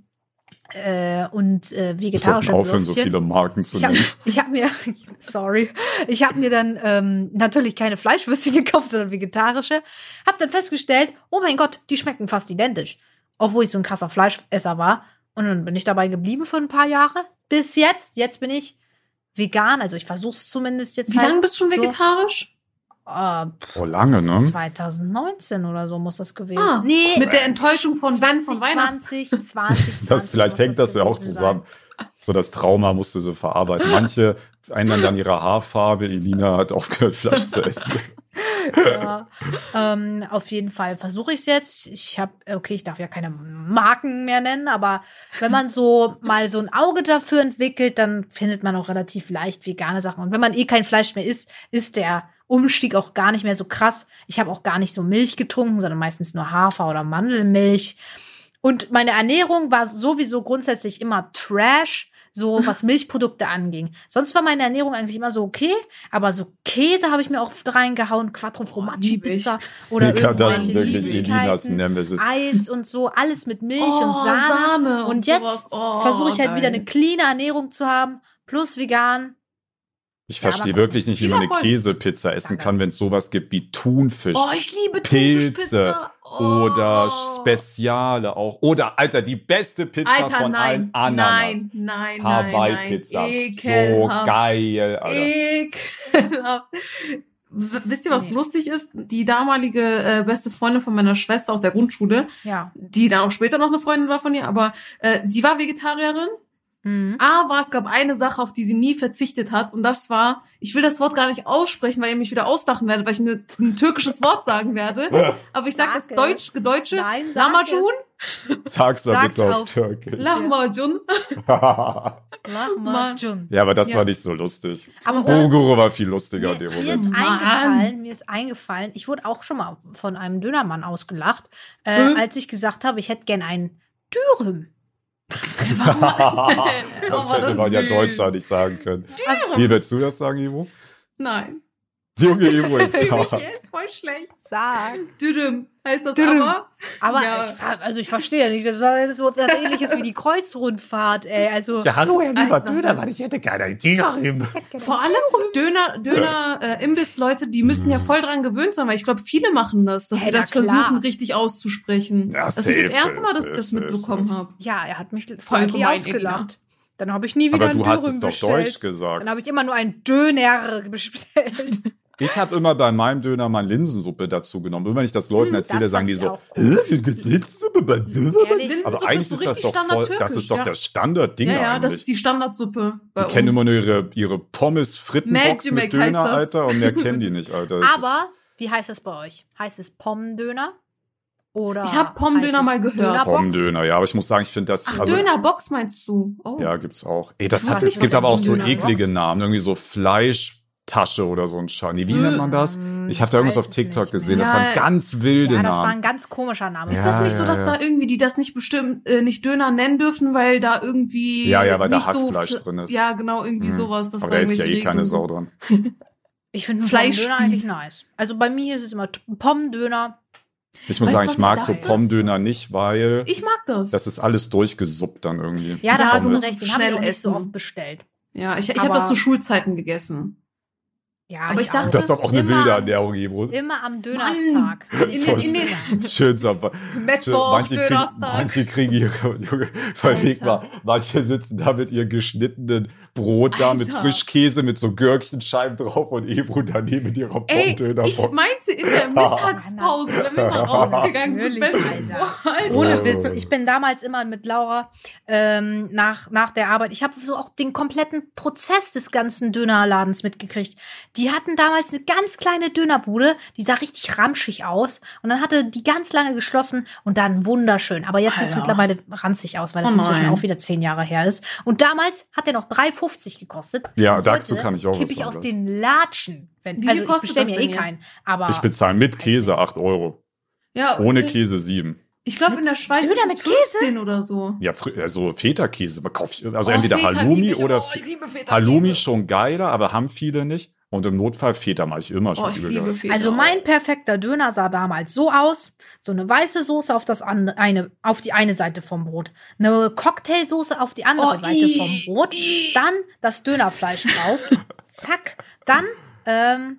äh, und äh, Wir vegetarische sollten aufhören, Würstchen. so viele Marken zu Ich habe nennen. ich hab mir, sorry, ich habe mir dann ähm, natürlich keine Fleischwürstchen gekauft, sondern vegetarische. Hab dann festgestellt, oh mein Gott, die schmecken fast identisch. Obwohl ich so ein krasser Fleischesser war. Und dann bin ich dabei geblieben für ein paar Jahre. Bis jetzt. Jetzt bin ich vegan. Also ich versuche es zumindest jetzt Wie halt. lange bist du schon so, vegetarisch? Äh, Oh, lange, das ist ne? zwanzig neunzehn oder so muss das gewesen Ah, Nee, mit der Enttäuschung von Ben von Weihnachten. zwanzig zwanzig, zwanzig Das, vielleicht muss hängt das ja auch gewesen zusammen. So das Trauma musste sie verarbeiten. Manche ändern dann ihre Haarfarbe. Elina hat aufgehört, Fleisch zu essen. Ja, ähm, auf jeden Fall versuche ich es jetzt. Ich habe, okay, ich darf ja keine Marken mehr nennen, aber wenn man so mal so ein Auge dafür entwickelt, dann findet man auch relativ leicht vegane Sachen. Und wenn man eh kein Fleisch mehr isst, ist der Umstieg auch gar nicht mehr so krass. Ich habe auch gar nicht so Milch getrunken, sondern meistens nur Hafer- oder Mandelmilch. Und meine Ernährung war sowieso grundsätzlich immer Trash, so was Milchprodukte anging. Sonst war meine Ernährung eigentlich immer so okay, aber so Käse habe ich mir oft reingehauen, Quattro Formaggi lieb ich. Pizza oder Wie kann das irgendwelche wirklich Elinas Süßigkeiten, Nemesis? Eis und so, alles mit Milch Oh, und Sahne. Sahne Und und jetzt sowas. Oh, versuche ich halt geil. wieder eine cleane Ernährung zu haben, plus vegan. Ich Ja, verstehe aber wirklich nicht, wie viel man eine Erfolg. Käsepizza essen Danke. kann, wenn es sowas gibt wie Thunfisch. Oh, ich liebe Pilze Thunfischpizza. Oh. oder Speziale auch. Oder, Alter, die beste Pizza Alter, von nein, allen Ananas. nein, nein, nein, Hawaii-Pizza. nein. So Ekelhaft. geil, Alter. Ekelhaft. W- Wisst ihr, was Nee. lustig ist? Die damalige äh, beste Freundin von meiner Schwester aus der Grundschule, Ja. die dann auch später noch eine Freundin war von ihr, aber äh, sie war Vegetarierin. Mhm. Aber es gab eine Sache, auf die sie nie verzichtet hat. Und das war, ich will das Wort gar nicht aussprechen, weil ihr mich wieder auslachen werdet, weil ich eine, ein türkisches Wort sagen werde. Aber ich sag Sag das es. Deutsch, Deutsche. Nein, sag Lahmacun. Sag's mal Sag's bitte auf auf- Türkisch. Lahmacun. Lahmacun. Ja, aber das Ja. war nicht so lustig. Aber das- Bulguro war viel lustiger Mir, in dem mir ist Moment. Mann. eingefallen, mir ist eingefallen, ich wurde auch schon mal von einem Dönermann ausgelacht, äh, Hm? als ich gesagt habe, ich hätte gern einen Dürüm. Das Oh, hätte das man ja süß. Deutscher nicht sagen können. Wie willst du das sagen, Ivo? Nein. Junge Ivo jetzt. Fühl mich jetzt voll schlecht. Sag. Dürüm heißt das Dürüm. aber. Aber Ja. ich, ver- also ich verstehe nicht, das war so was ähnliches wie die Kreuzrundfahrt, ey. Also Ja, hallo, Herr lieber Also, das- Dönermann, ich hätte gerne Dürüm. Vor allem Döner, Döner, äh, Imbiss-Leute, die müssen ja voll dran gewöhnt sein, weil ich glaube, viele machen das, dass Hey, sie na das klar. versuchen, richtig auszusprechen. Ja, das ist safe, das erste safe, Mal, dass ich safe, das safe, mitbekommen safe. habe. ja, er hat mich Voll slightly gemein, ausgelacht. Dann habe ich nie wieder Aber einen du hast Dürüm es doch bestellt. Deutsch gesagt. Dann habe ich immer nur einen Döner bestellt. Ich habe immer bei meinem Döner mal Linsensuppe dazu genommen. Immer wenn ich das Leuten Hm, erzähle, das sagen die fand so, ich auch "Hä, Linsensuppe bei Döner?" Ehrlich? Linsensuppe Aber ist eigentlich so ist das richtig doch voll, standardtürkisch, das ist doch ja. das Standardding Ja, ja, das eigentlich. ist die Standardsuppe bei Die kennen uns. immer nur ihre, ihre Pommes-Frittenbox Magic mit heißt Döner, das. Alter, und mehr kennen die nicht, Alter. Das Aber wie heißt das bei euch? Heißt es Pommendöner? Oder Ich hab Pommendöner heißt es mal gehört. ist Dönerbox? Pommdöner, ja, aber ich muss sagen, ich finde das... Ach, also, Dönerbox meinst du? Oh. Ja, gibt's auch. Ey, das Ich hat, wusste es nicht, gibt was aber auch ein so Dönerbox- eklige Namen, irgendwie so Fleischtasche oder so ein Scheiß. Nee, wie nennt man das? Hm, Ich habe da irgendwas weiß auf es TikTok nicht gesehen, mehr. das Ja, waren ganz wilde Ja, das war Namen. ein ganz komischer Name. Ist Ja, das nicht so, ja, dass ja. da irgendwie die das nicht bestimmt äh, nicht Döner nennen dürfen, weil da irgendwie Ja, ja, weil da nicht so Hackfleisch fl- drin ist. Ja, genau, irgendwie Mhm. sowas. Das Aber da da hält sich ja eh irgendwelche keine Regeln Sau sind. dran. Ich finde Fleischspieß. Pommdöner eigentlich nice. Also bei mir ist es immer Pommdöner. Ich muss Weißt sagen, du, ich was mag ich so dachte? Pommdöner nicht, weil Ich mag das. das ist alles durchgesuppt dann irgendwie. Ja, da Ja, hast du Pommes. recht. Den habe ich Schnell auch nicht so essen. oft bestellt. ja, ich, ich Aber- habe das zu Schulzeiten gegessen. Ja, Aber ich dachte- Das ist doch auch eine immer wilde am- Ernährung, Ebro. Immer am Dönerstag. In den- in den- Schön so. Mittwoch, Manche kriegen, Dönerstag. manche kriegen ihre, Junge, überleg Alter. mal, manche sitzen da mit ihrem geschnittenen Brot da mit Alter. Frischkäse, mit so Gürkchenscheiben drauf und Ebro daneben mit ihrer Ey, Pommdöner. ich meinte in der Mittagspause, wenn wir mal rausgegangen sind. Natürlich, wenn- Alter. Boah, Alter. Ohne Ja. Witz. Ich bin damals immer mit Laura ähm, nach, nach der Arbeit. Ich habe so auch den kompletten Prozess des ganzen Dönerladens mitgekriegt. Die hatten damals eine ganz kleine Dönerbude, die sah richtig ramschig aus. Und dann hatte die ganz lange geschlossen und dann wunderschön. Aber jetzt sieht es Alter. mittlerweile ranzig aus, weil es Oh inzwischen nein. auch wieder zehn Jahre her ist. Und damals hat der noch drei fünfzig gekostet. Ja, Und dazu heute kann ich auch kipp was ich sagen, aus das. den Latschen. Wenn, Wie viel also ich kostet bestelle das mir eh denn keinen. jetzt? Aber Ich bezahle mit Käse acht Euro. Ja, Ohne äh, Käse sieben. Ich glaube, in der Schweiz Döner ist mit es Käse? fünfzehn oder so. Ja, fr- also Feta-Käse. man kauft- Also Oh, entweder Feta lieb Halloumi ich. oder Oh, ich liebe Feta-Käse. Halloumi schon geiler, aber haben viele nicht. Und im Notfall Feta mache ich immer. Oh, Schmeckt ich übel geil. liebe Feta. Also mein perfekter Döner sah damals so aus: so eine weiße Soße auf das an, eine auf die eine Seite vom Brot, eine Cocktailsoße auf die andere Oh, Seite ii, vom Brot, ii. dann das Dönerfleisch drauf, zack, dann ähm,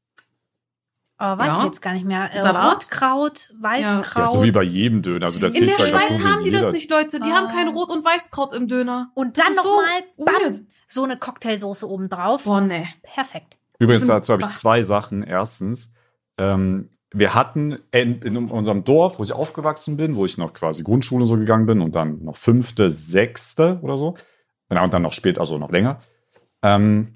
oh, weiß Ja. ich jetzt gar nicht mehr, äh, Salat? Rotkraut, Weißkraut Ja, so wie bei jedem Döner. Also da In zählt der halt Schweiz dazu, wie haben die das jeder- nicht, Leute. Die Ah. haben kein Rot- und Weißkraut im Döner. und Das dann ist noch so mal bam, weird. so eine Cocktailsoße oben drauf. Boah, ne. Perfekt. Übrigens, Ich bin- dazu habe ich Bah. zwei Sachen. Erstens, ähm, wir hatten in, in unserem Dorf, wo ich aufgewachsen bin, wo ich noch quasi Grundschule und so gegangen bin und dann noch fünfte, sechste oder so, ja, und dann noch später, also noch länger, ähm,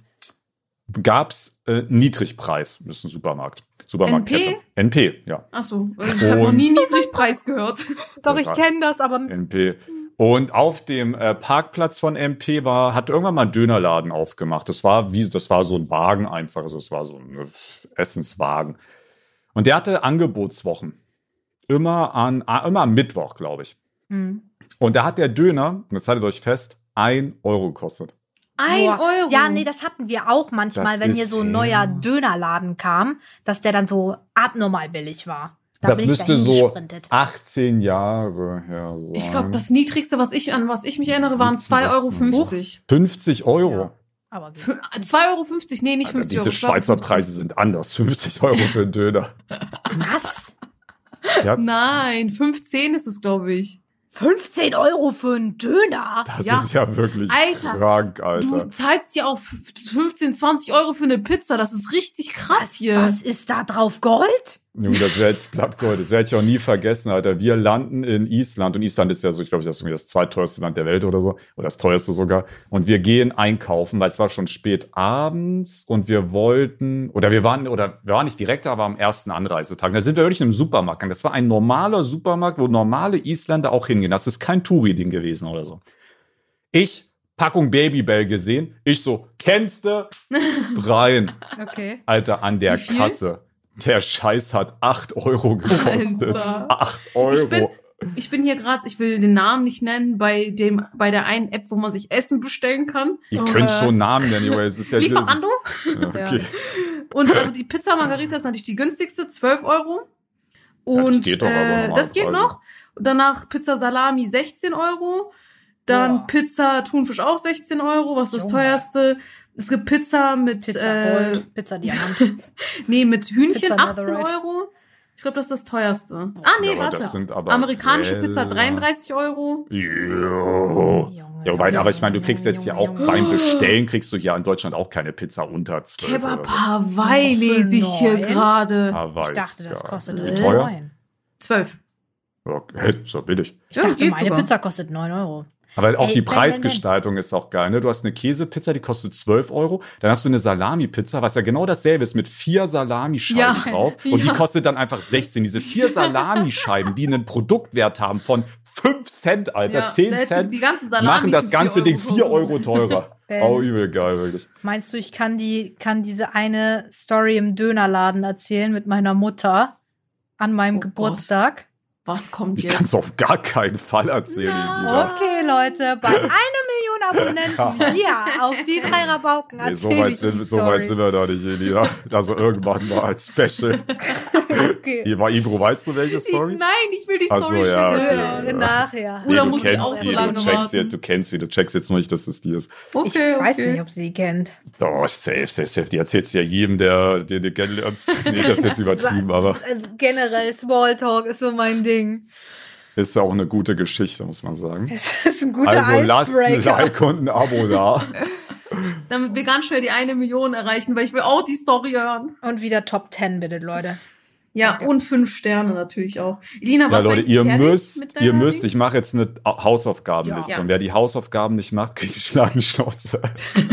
gab es äh, Niedrigpreis. Das ist ein Supermarkt. Supermarktkette. N P, ja. Achso, ich habe noch Und- nie Niedrigpreis gehört. Doch, Das ich war- kenne das, aber N P. Und auf dem äh, Parkplatz von M P war, hat irgendwann mal ein Dönerladen aufgemacht. Das war wie, das war so ein Wagen einfach. Also es war so ein äh, Essenswagen. Und der hatte Angebotswochen. Immer an, ah, immer am Mittwoch, glaube ich. Mhm. Und da hat der Döner, und jetzt haltet euch fest, ein Euro gekostet. Ein Boah. Euro. Ja, nee, das hatten wir auch manchmal, Das wenn hier ist- so ein ja. neuer Dönerladen kam, dass der dann so abnormal billig war. Da das bin ich müsste dahin so gesprintet. achtzehn Jahre her sein. Ich glaube, das Niedrigste, was ich an was ich mich erinnere, waren siebzehn, zwei Euro fünfzig. fünfzig Euro. Ja. Aber Für- zwei Euro fünfzig? Nee, nicht Alter, fünfzig diese Euro. Schweizer Preise sind anders. fünfzig Euro für einen Döner. was? Ja, Nein, fünfzehn ist es, glaube ich. fünfzehn Euro für einen Döner? das Ja. ist ja wirklich Alter, krank, Du Alter. zahlst ja auch fünfzehn, zwanzig Euro für eine Pizza. Das ist richtig krass Was, hier. was ist da drauf? Gold? Junge, das wäre jetzt Blattgold. Das werde ich auch nie vergessen, Alter. Wir landen in Island. Und Island ist ja so, ich glaube, das ist irgendwie das zweiteuerste Land der Welt oder so. Oder das teuerste sogar. Und wir gehen einkaufen, weil es war schon spät abends. Und wir wollten, oder wir waren, oder wir waren nicht direkt, aber am ersten Anreisetag. Da sind wir wirklich in einem Supermarkt gegangen. Das war ein normaler Supermarkt, wo normale Isländer auch hingehen. Das ist kein Touri-Ding gewesen oder so. Ich, Packung Babybell gesehen. Ich so, kennst du? Rein. Okay. Alter, an der Wie viel? Kasse. Der Scheiß hat acht Euro gekostet. Alter. acht Euro. Ich bin, ich bin hier gerade, ich will den Namen nicht nennen, bei dem, bei der einen App, wo man sich Essen bestellen kann. Ihr Oh, könnt äh, schon Namen nennen, Junge. Es ist ja Lieferando? es ist- ja, okay. Und also die Pizza Margarita ist natürlich die günstigste, zwölf Euro. Ja, das Und geht doch aber äh, normale das geht Preise. noch. Und danach Pizza Salami sechzehn Euro. Dann Boah. Pizza Thunfisch auch sechzehn Euro, was das Junge. teuerste. Es gibt Pizza mit Pizza äh, Gold, Pizza Diamant. nee, mit Hühnchen Pizza achtzehn Netherite. Euro. Ich glaube, das ist das teuerste. Ah, nee, Ja, aber warte. das sind aber Amerikanische Pizza Welle. dreiunddreißig Euro. Jo. Junge, Ja, wobei, Junge, aber ich meine, du Junge, kriegst jetzt ja Junge, auch Junge. beim Bestellen, kriegst du ja in Deutschland auch keine Pizza unter zwölf Kebab oder so. Hawaii Doch, für lese ich hier neun? gerade. Aber Ich ist dachte, das geil. kostet Wie teuer? neun. zwölf. Ja, hey, ist doch billig. Ich Ja, dachte, geht meine sogar. Pizza kostet neun Euro. Aber auch Ey, die wenn, wenn, Preisgestaltung ist auch geil. Ne? Du hast eine Käsepizza, die kostet zwölf Euro. Dann hast du eine Salami-Pizza, was ja genau dasselbe ist, mit vier Salamischeiben Ja. drauf. Und die Ja. kostet dann einfach sechzehn. Diese vier Salamischeiben, die einen Produktwert haben von fünf Cent, Alter, Ja, zehn da hättest du Cent, die ganze Salami machen das für ganze vier Ding Euro. vier Euro teurer. Ben. Oh, übel geil, wirklich. Meinst du, ich kann die, kann diese eine Story im Dönerladen erzählen mit meiner Mutter an meinem Oh Geburtstag? Was kommt Ich jetzt? kann es auf gar keinen Fall erzählen, Na. Elina. Okay, Leute, bei einer Million Abonnenten. Ja, auf die drei Rabauken. Nee, so weit sind, so weit sind wir da nicht, Elina. Also irgendwann mal als Special. Okay. Hier war Ibro, weißt du welche Ich, Story? nein, ich will die Ach so, Story ja, später okay. hören. Äh, Nachher. Oder du muss ich kennst auch so die, lange du checkst sie, warten? du kennst sie, du checkst jetzt noch nicht, dass es die ist. Okay, Ich weiß okay. nicht, ob sie kennt. Oh, safe, safe, safe. Die erzählst du ja jedem, der den du kennenlernst. Nee, das ist jetzt übertrieben, aber Äh, Generell Smalltalk ist so mein Ding. ist ja auch eine gute Geschichte, muss man sagen. Es ist ein guter Also lasst ein Icebreaker. Like und ein Abo da. Damit wir ganz schnell die eine Million erreichen, weil ich will auch die Story hören. Und wieder Top Ten, bitte, Leute. Ja, Okay. und fünf Sterne natürlich auch. Elina, Ja, was Leute, ihr müsst, mit ihr deiner müsst, ich Dings? mache jetzt eine Hausaufgabenliste. Ja. Und wer die Hausaufgaben nicht macht, kriegt Schlagenschnauze.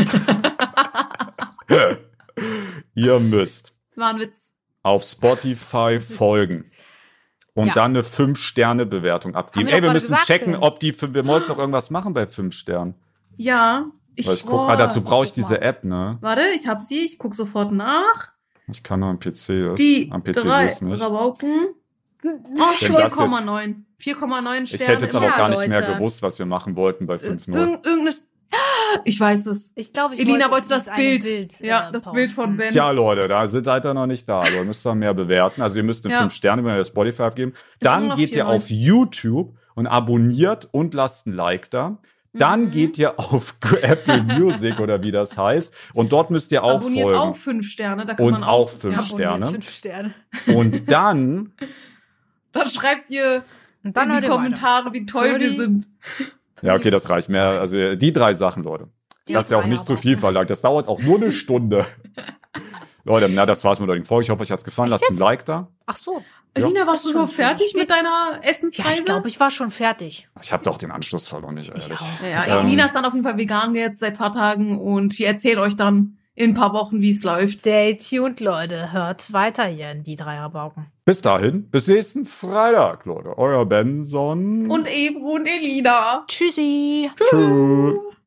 Ihr müsst War ein Witz. auf Spotify folgen und Ja. dann eine fünf Sterne Bewertung abgeben. Haben wir Ey, doch wir gerade müssen gesagt, checken, Phil. ob die, wir wollten noch irgendwas machen bei fünf Sternen. Ja. Ich, Weil ich guck, oh, ah, dazu brauche ich guck diese mal. App, ne? Warte, ich hab sie, ich guck sofort nach. Ich kann nur am P C. Die am P C drei ist nicht. Rabauken. Oh, Wenn das vier Komma neun. vier Komma neun Ich Sterne. hätte jetzt aber auch Ja, gar nicht mehr Leute. gewusst, was wir machen wollten bei fünf null. Irgend, irgendeines. Ich weiß es. Ich glaube, ich Elina wollte dieses das eine Bild. äh, Ja, das posten. Bild von Ben. Tja, Leute, da seid ihr noch nicht da. Ihr müsst da mehr bewerten. Also ihr müsst eine Ja. fünf Sterne bei Spotify abgeben. immer Dann noch geht ihr vier Komma neun. auf YouTube und abonniert und lasst ein Like da. Dann Mhm. geht ihr auf Apple Music oder wie das heißt. Und dort müsst ihr auch Abonniert folgen. auch fünf Sterne. Da kann Und man auch auch fünf ja. Sterne. Abonniert, Fünf Sterne. Und dann, Dann schreibt ihr Und dann in hört die ihr Kommentare, wie toll Für wir die- sind. ja, okay, das reicht mehr. Also die drei Sachen, Leute. Die Das ist ja auch drei nicht zu aber. viel verlangt. Das dauert auch nur eine Stunde. Leute, na, das war's mit euch Folge. Ich hoffe, euch hat's gefallen. Lasst ein Like da. Ach so. Ja. Elina, warst du Ist schon schon fertig spät. mit deiner Ja, Essensreise? ich glaube, ich war schon fertig. Ich habe doch den Anschluss verloren, nicht ehrlich. auch. Ja, ja, Ähm, Elina ist dann auf jeden Fall vegan jetzt seit ein paar Tagen und wir erzählen euch dann in ein paar Wochen, wie es läuft. Stay tuned, Leute. Hört weiter hier in die drei Rabauken. Bis dahin, bis nächsten Freitag, Leute. Euer Benson. Und Ebro und Elina. Tschüssi. Tschüss.